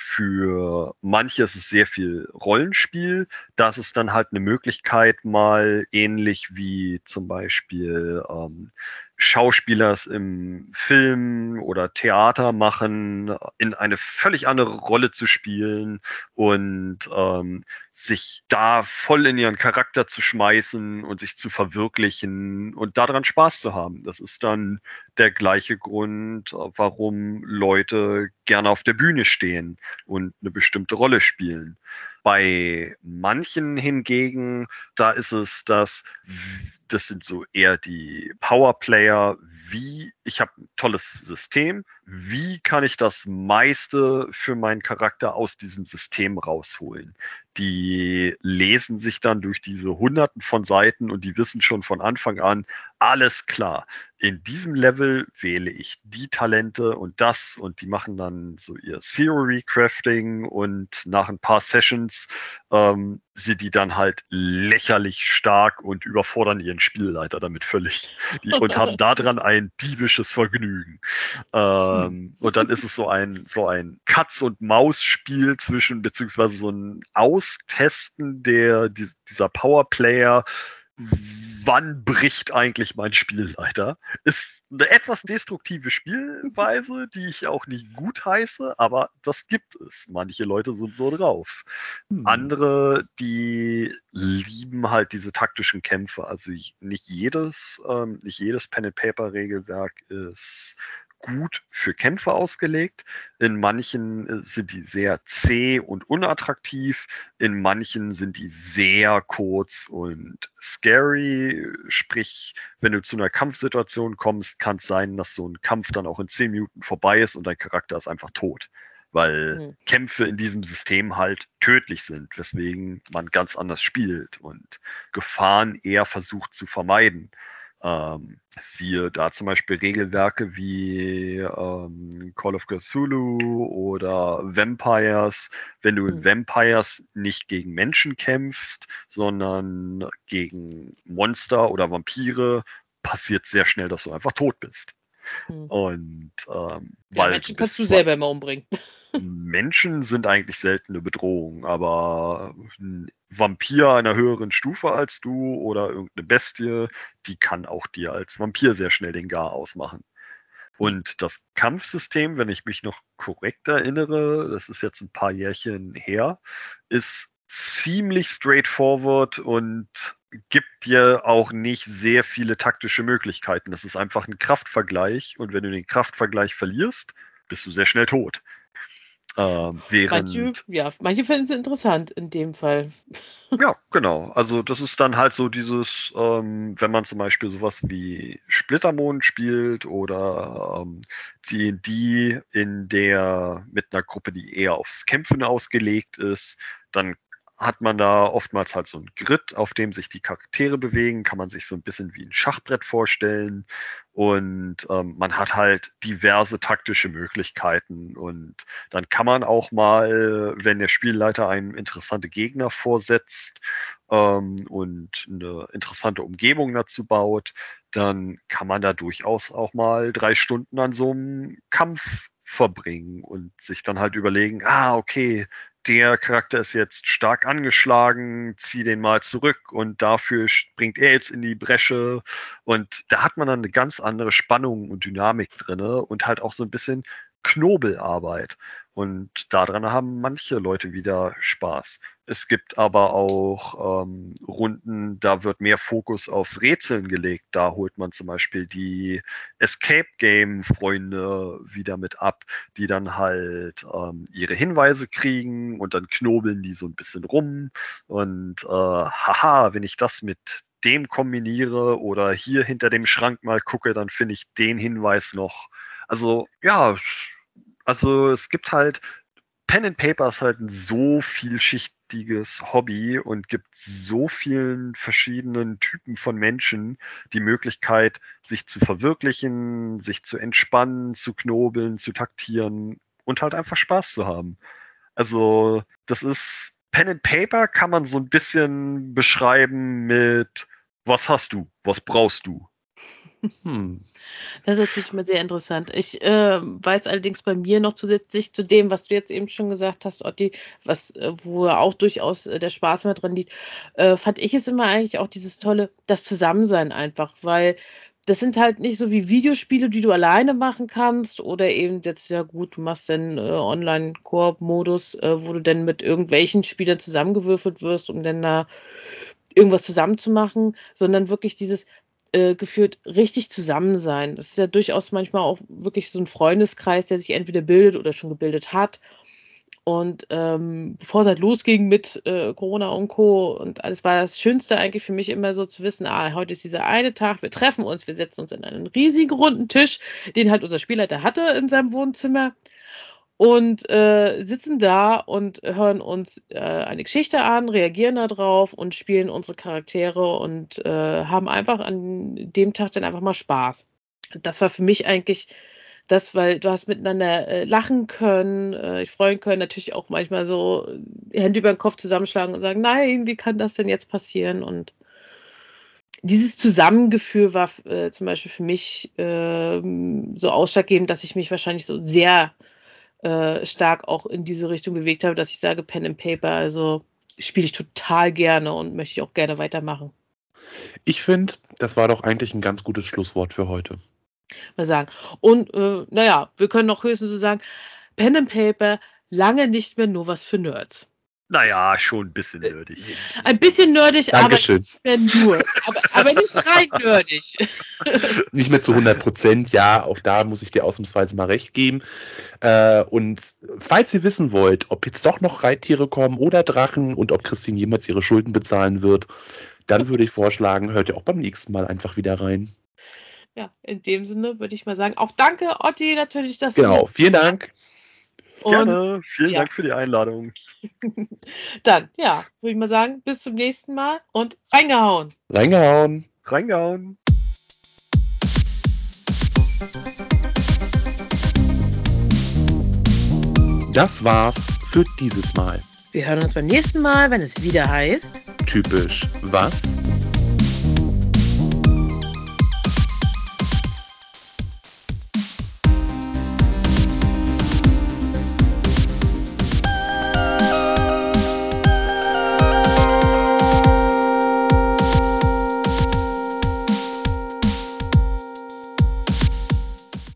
für manche ist es sehr viel Rollenspiel. Das ist dann halt eine Möglichkeit, mal ähnlich wie zum Beispiel ähm, Schauspieler es im Film oder Theater machen, in eine völlig andere Rolle zu spielen und ähm, sich da voll in ihren Charakter zu schmeißen und sich zu verwirklichen und daran Spaß zu haben. Das ist dann der gleiche Grund, warum Leute gerne auf der Bühne stehen und eine bestimmte Rolle spielen. Bei manchen hingegen, da ist es das, das sind so eher die Powerplayer, wie, ich habe ein tolles System, wie kann ich das meiste für meinen Charakter aus diesem System rausholen? Die lesen sich dann durch diese Hunderten von Seiten und die wissen schon von Anfang an, alles klar, in diesem Level wähle ich die Talente und das und die machen dann so ihr Theory Crafting und nach ein paar Sessions ähm, sind die dann halt lächerlich stark und überfordern ihren Spielleiter damit völlig die, und haben daran ein diebisches Vergnügen. Ähm, und dann ist es so ein so ein Katz-und-Maus-Spiel zwischen, beziehungsweise so ein Austesten der die, dieser Powerplayer. Wann bricht eigentlich mein Spielleiter? Ist eine etwas destruktive Spielweise, die ich auch nicht gut heiße, aber das gibt es. Manche Leute sind so drauf. Hm. Andere, die lieben halt diese taktischen Kämpfe. Also ich, nicht jedes, ähm, nicht jedes Pen-and-Paper-Regelwerk ist gut für Kämpfe ausgelegt. In manchen sind die sehr zäh und unattraktiv. In manchen sind die sehr kurz und scary. Sprich, wenn du zu einer Kampfsituation kommst, kann es sein, dass so ein Kampf dann auch in zehn Minuten vorbei ist und dein Charakter ist einfach tot. Weil mhm. Kämpfe in diesem System halt tödlich sind, weswegen man ganz anders spielt und Gefahren eher versucht zu vermeiden. Ähm, siehe da zum Beispiel Regelwerke wie ähm, Call of Cthulhu oder Vampires. Wenn du in mhm. Vampires nicht gegen Menschen kämpfst, sondern gegen Monster oder Vampire, passiert sehr schnell, dass du einfach tot bist. Mhm. Und ähm, ja, weil Menschen du kannst du selber immer umbringen. Menschen sind eigentlich selten eine Bedrohung, aber ein Vampir einer höheren Stufe als du oder irgendeine Bestie, die kann auch dir als Vampir sehr schnell den Gar ausmachen. Und das Kampfsystem, wenn ich mich noch korrekt erinnere, das ist jetzt ein paar Jährchen her, ist ziemlich straightforward und gibt dir auch nicht sehr viele taktische Möglichkeiten. Das ist einfach ein Kraftvergleich und wenn du den Kraftvergleich verlierst, bist du sehr schnell tot. Ähm, während, manche, ja, manche finden es interessant in dem Fall. Ja, genau. Also das ist dann halt so dieses, ähm, wenn man zum Beispiel sowas wie Splittermond spielt oder ähm, D und D in der mit einer Gruppe, die eher aufs Kämpfen ausgelegt ist, dann hat man da oftmals halt so ein Grid, auf dem sich die Charaktere bewegen, kann man sich so ein bisschen wie ein Schachbrett vorstellen und ähm, man hat halt diverse taktische Möglichkeiten und dann kann man auch mal, wenn der Spielleiter einem interessante Gegner vorsetzt ähm, und eine interessante Umgebung dazu baut, dann kann man da durchaus auch mal drei Stunden an so einem Kampf verbringen und sich dann halt überlegen, ah, okay, der Charakter ist jetzt stark angeschlagen, zieh den mal zurück und dafür springt er jetzt in die Bresche und da hat man dann eine ganz andere Spannung und Dynamik drinne und halt auch so ein bisschen Knobelarbeit und daran haben manche Leute wieder Spaß. Es gibt aber auch ähm, Runden, da wird mehr Fokus aufs Rätseln gelegt. Da holt man zum Beispiel die Escape Game Freunde wieder mit ab, die dann halt ähm, ihre Hinweise kriegen und dann knobeln die so ein bisschen rum und äh, haha, wenn ich das mit dem kombiniere oder hier hinter dem Schrank mal gucke, dann finde ich den Hinweis noch. Also ja, also es gibt halt Pen and Paper ist halt ein so vielschichtiges Hobby und gibt so vielen verschiedenen Typen von Menschen die Möglichkeit, sich zu verwirklichen, sich zu entspannen, zu knobeln, zu taktieren und halt einfach Spaß zu haben. Also das ist, Pen and Paper kann man so ein bisschen beschreiben mit, was hast du, was brauchst du? Hm. Das ist natürlich immer sehr interessant. Ich äh, weiß allerdings bei mir noch zusätzlich zu dem, was du jetzt eben schon gesagt hast, Otti, was, äh, wo ja auch durchaus äh, der Spaß mehr dran liegt, äh, fand ich es immer eigentlich auch dieses tolle, das Zusammensein einfach, weil das sind halt nicht so wie Videospiele, die du alleine machen kannst oder eben jetzt, ja gut, du machst dann äh, Online-Koop-Modus, äh, wo du dann mit irgendwelchen Spielern zusammengewürfelt wirst, um dann da irgendwas zusammenzumachen, sondern wirklich dieses äh, geführt richtig zusammen sein. Das ist ja durchaus manchmal auch wirklich so ein Freundeskreis, der sich entweder bildet oder schon gebildet hat. Und ähm, bevor es halt losging mit äh, Corona und Co. und alles, war das Schönste eigentlich für mich immer so zu wissen, ah, heute ist dieser eine Tag, wir treffen uns, wir setzen uns an einen riesigen runden Tisch, den halt unser Spielleiter hatte in seinem Wohnzimmer und äh, sitzen da und hören uns äh, eine Geschichte an, reagieren da drauf und spielen unsere Charaktere und äh, haben einfach an dem Tag dann einfach mal Spaß. Das war für mich eigentlich das, weil du hast miteinander äh, lachen können, äh, ich freuen können, natürlich auch manchmal so Hände über den Kopf zusammenschlagen und sagen, nein, wie kann das denn jetzt passieren? Und dieses Zusammengefühl war äh, zum Beispiel für mich äh, so ausschlaggebend, dass ich mich wahrscheinlich so sehr äh, stark auch in diese Richtung bewegt habe, dass ich sage, Pen and Paper, also spiele ich total gerne und möchte ich auch gerne weitermachen. Ich finde, das war doch eigentlich ein ganz gutes Schlusswort für heute. Mal sagen. Und äh, naja, wir können noch höchstens so sagen, Pen and Paper, lange nicht mehr nur was für Nerds. Naja, schon ein bisschen nerdig. Ein bisschen nerdig, Dankeschön. aber nicht mehr nur. Aber, aber nicht rein nerdig. Nicht mehr zu hundert Prozent, ja, auch da muss ich dir ausnahmsweise mal recht geben. Äh, und falls ihr wissen wollt, ob jetzt doch noch Reittiere kommen oder Drachen und ob Christine jemals ihre Schulden bezahlen wird, dann würde ich vorschlagen, hört ihr auch beim nächsten Mal einfach wieder rein. Ja, in dem Sinne würde ich mal sagen, auch danke, Otti, natürlich, dass Genau, du... vielen Dank. Und Gerne, vielen ja. Dank für die Einladung. Dann, ja, würde ich mal sagen, bis zum nächsten Mal und reingehauen. Reingehauen. Reingehauen. Das war's für dieses Mal. Wir hören uns beim nächsten Mal, wenn es wieder heißt... Typisch was?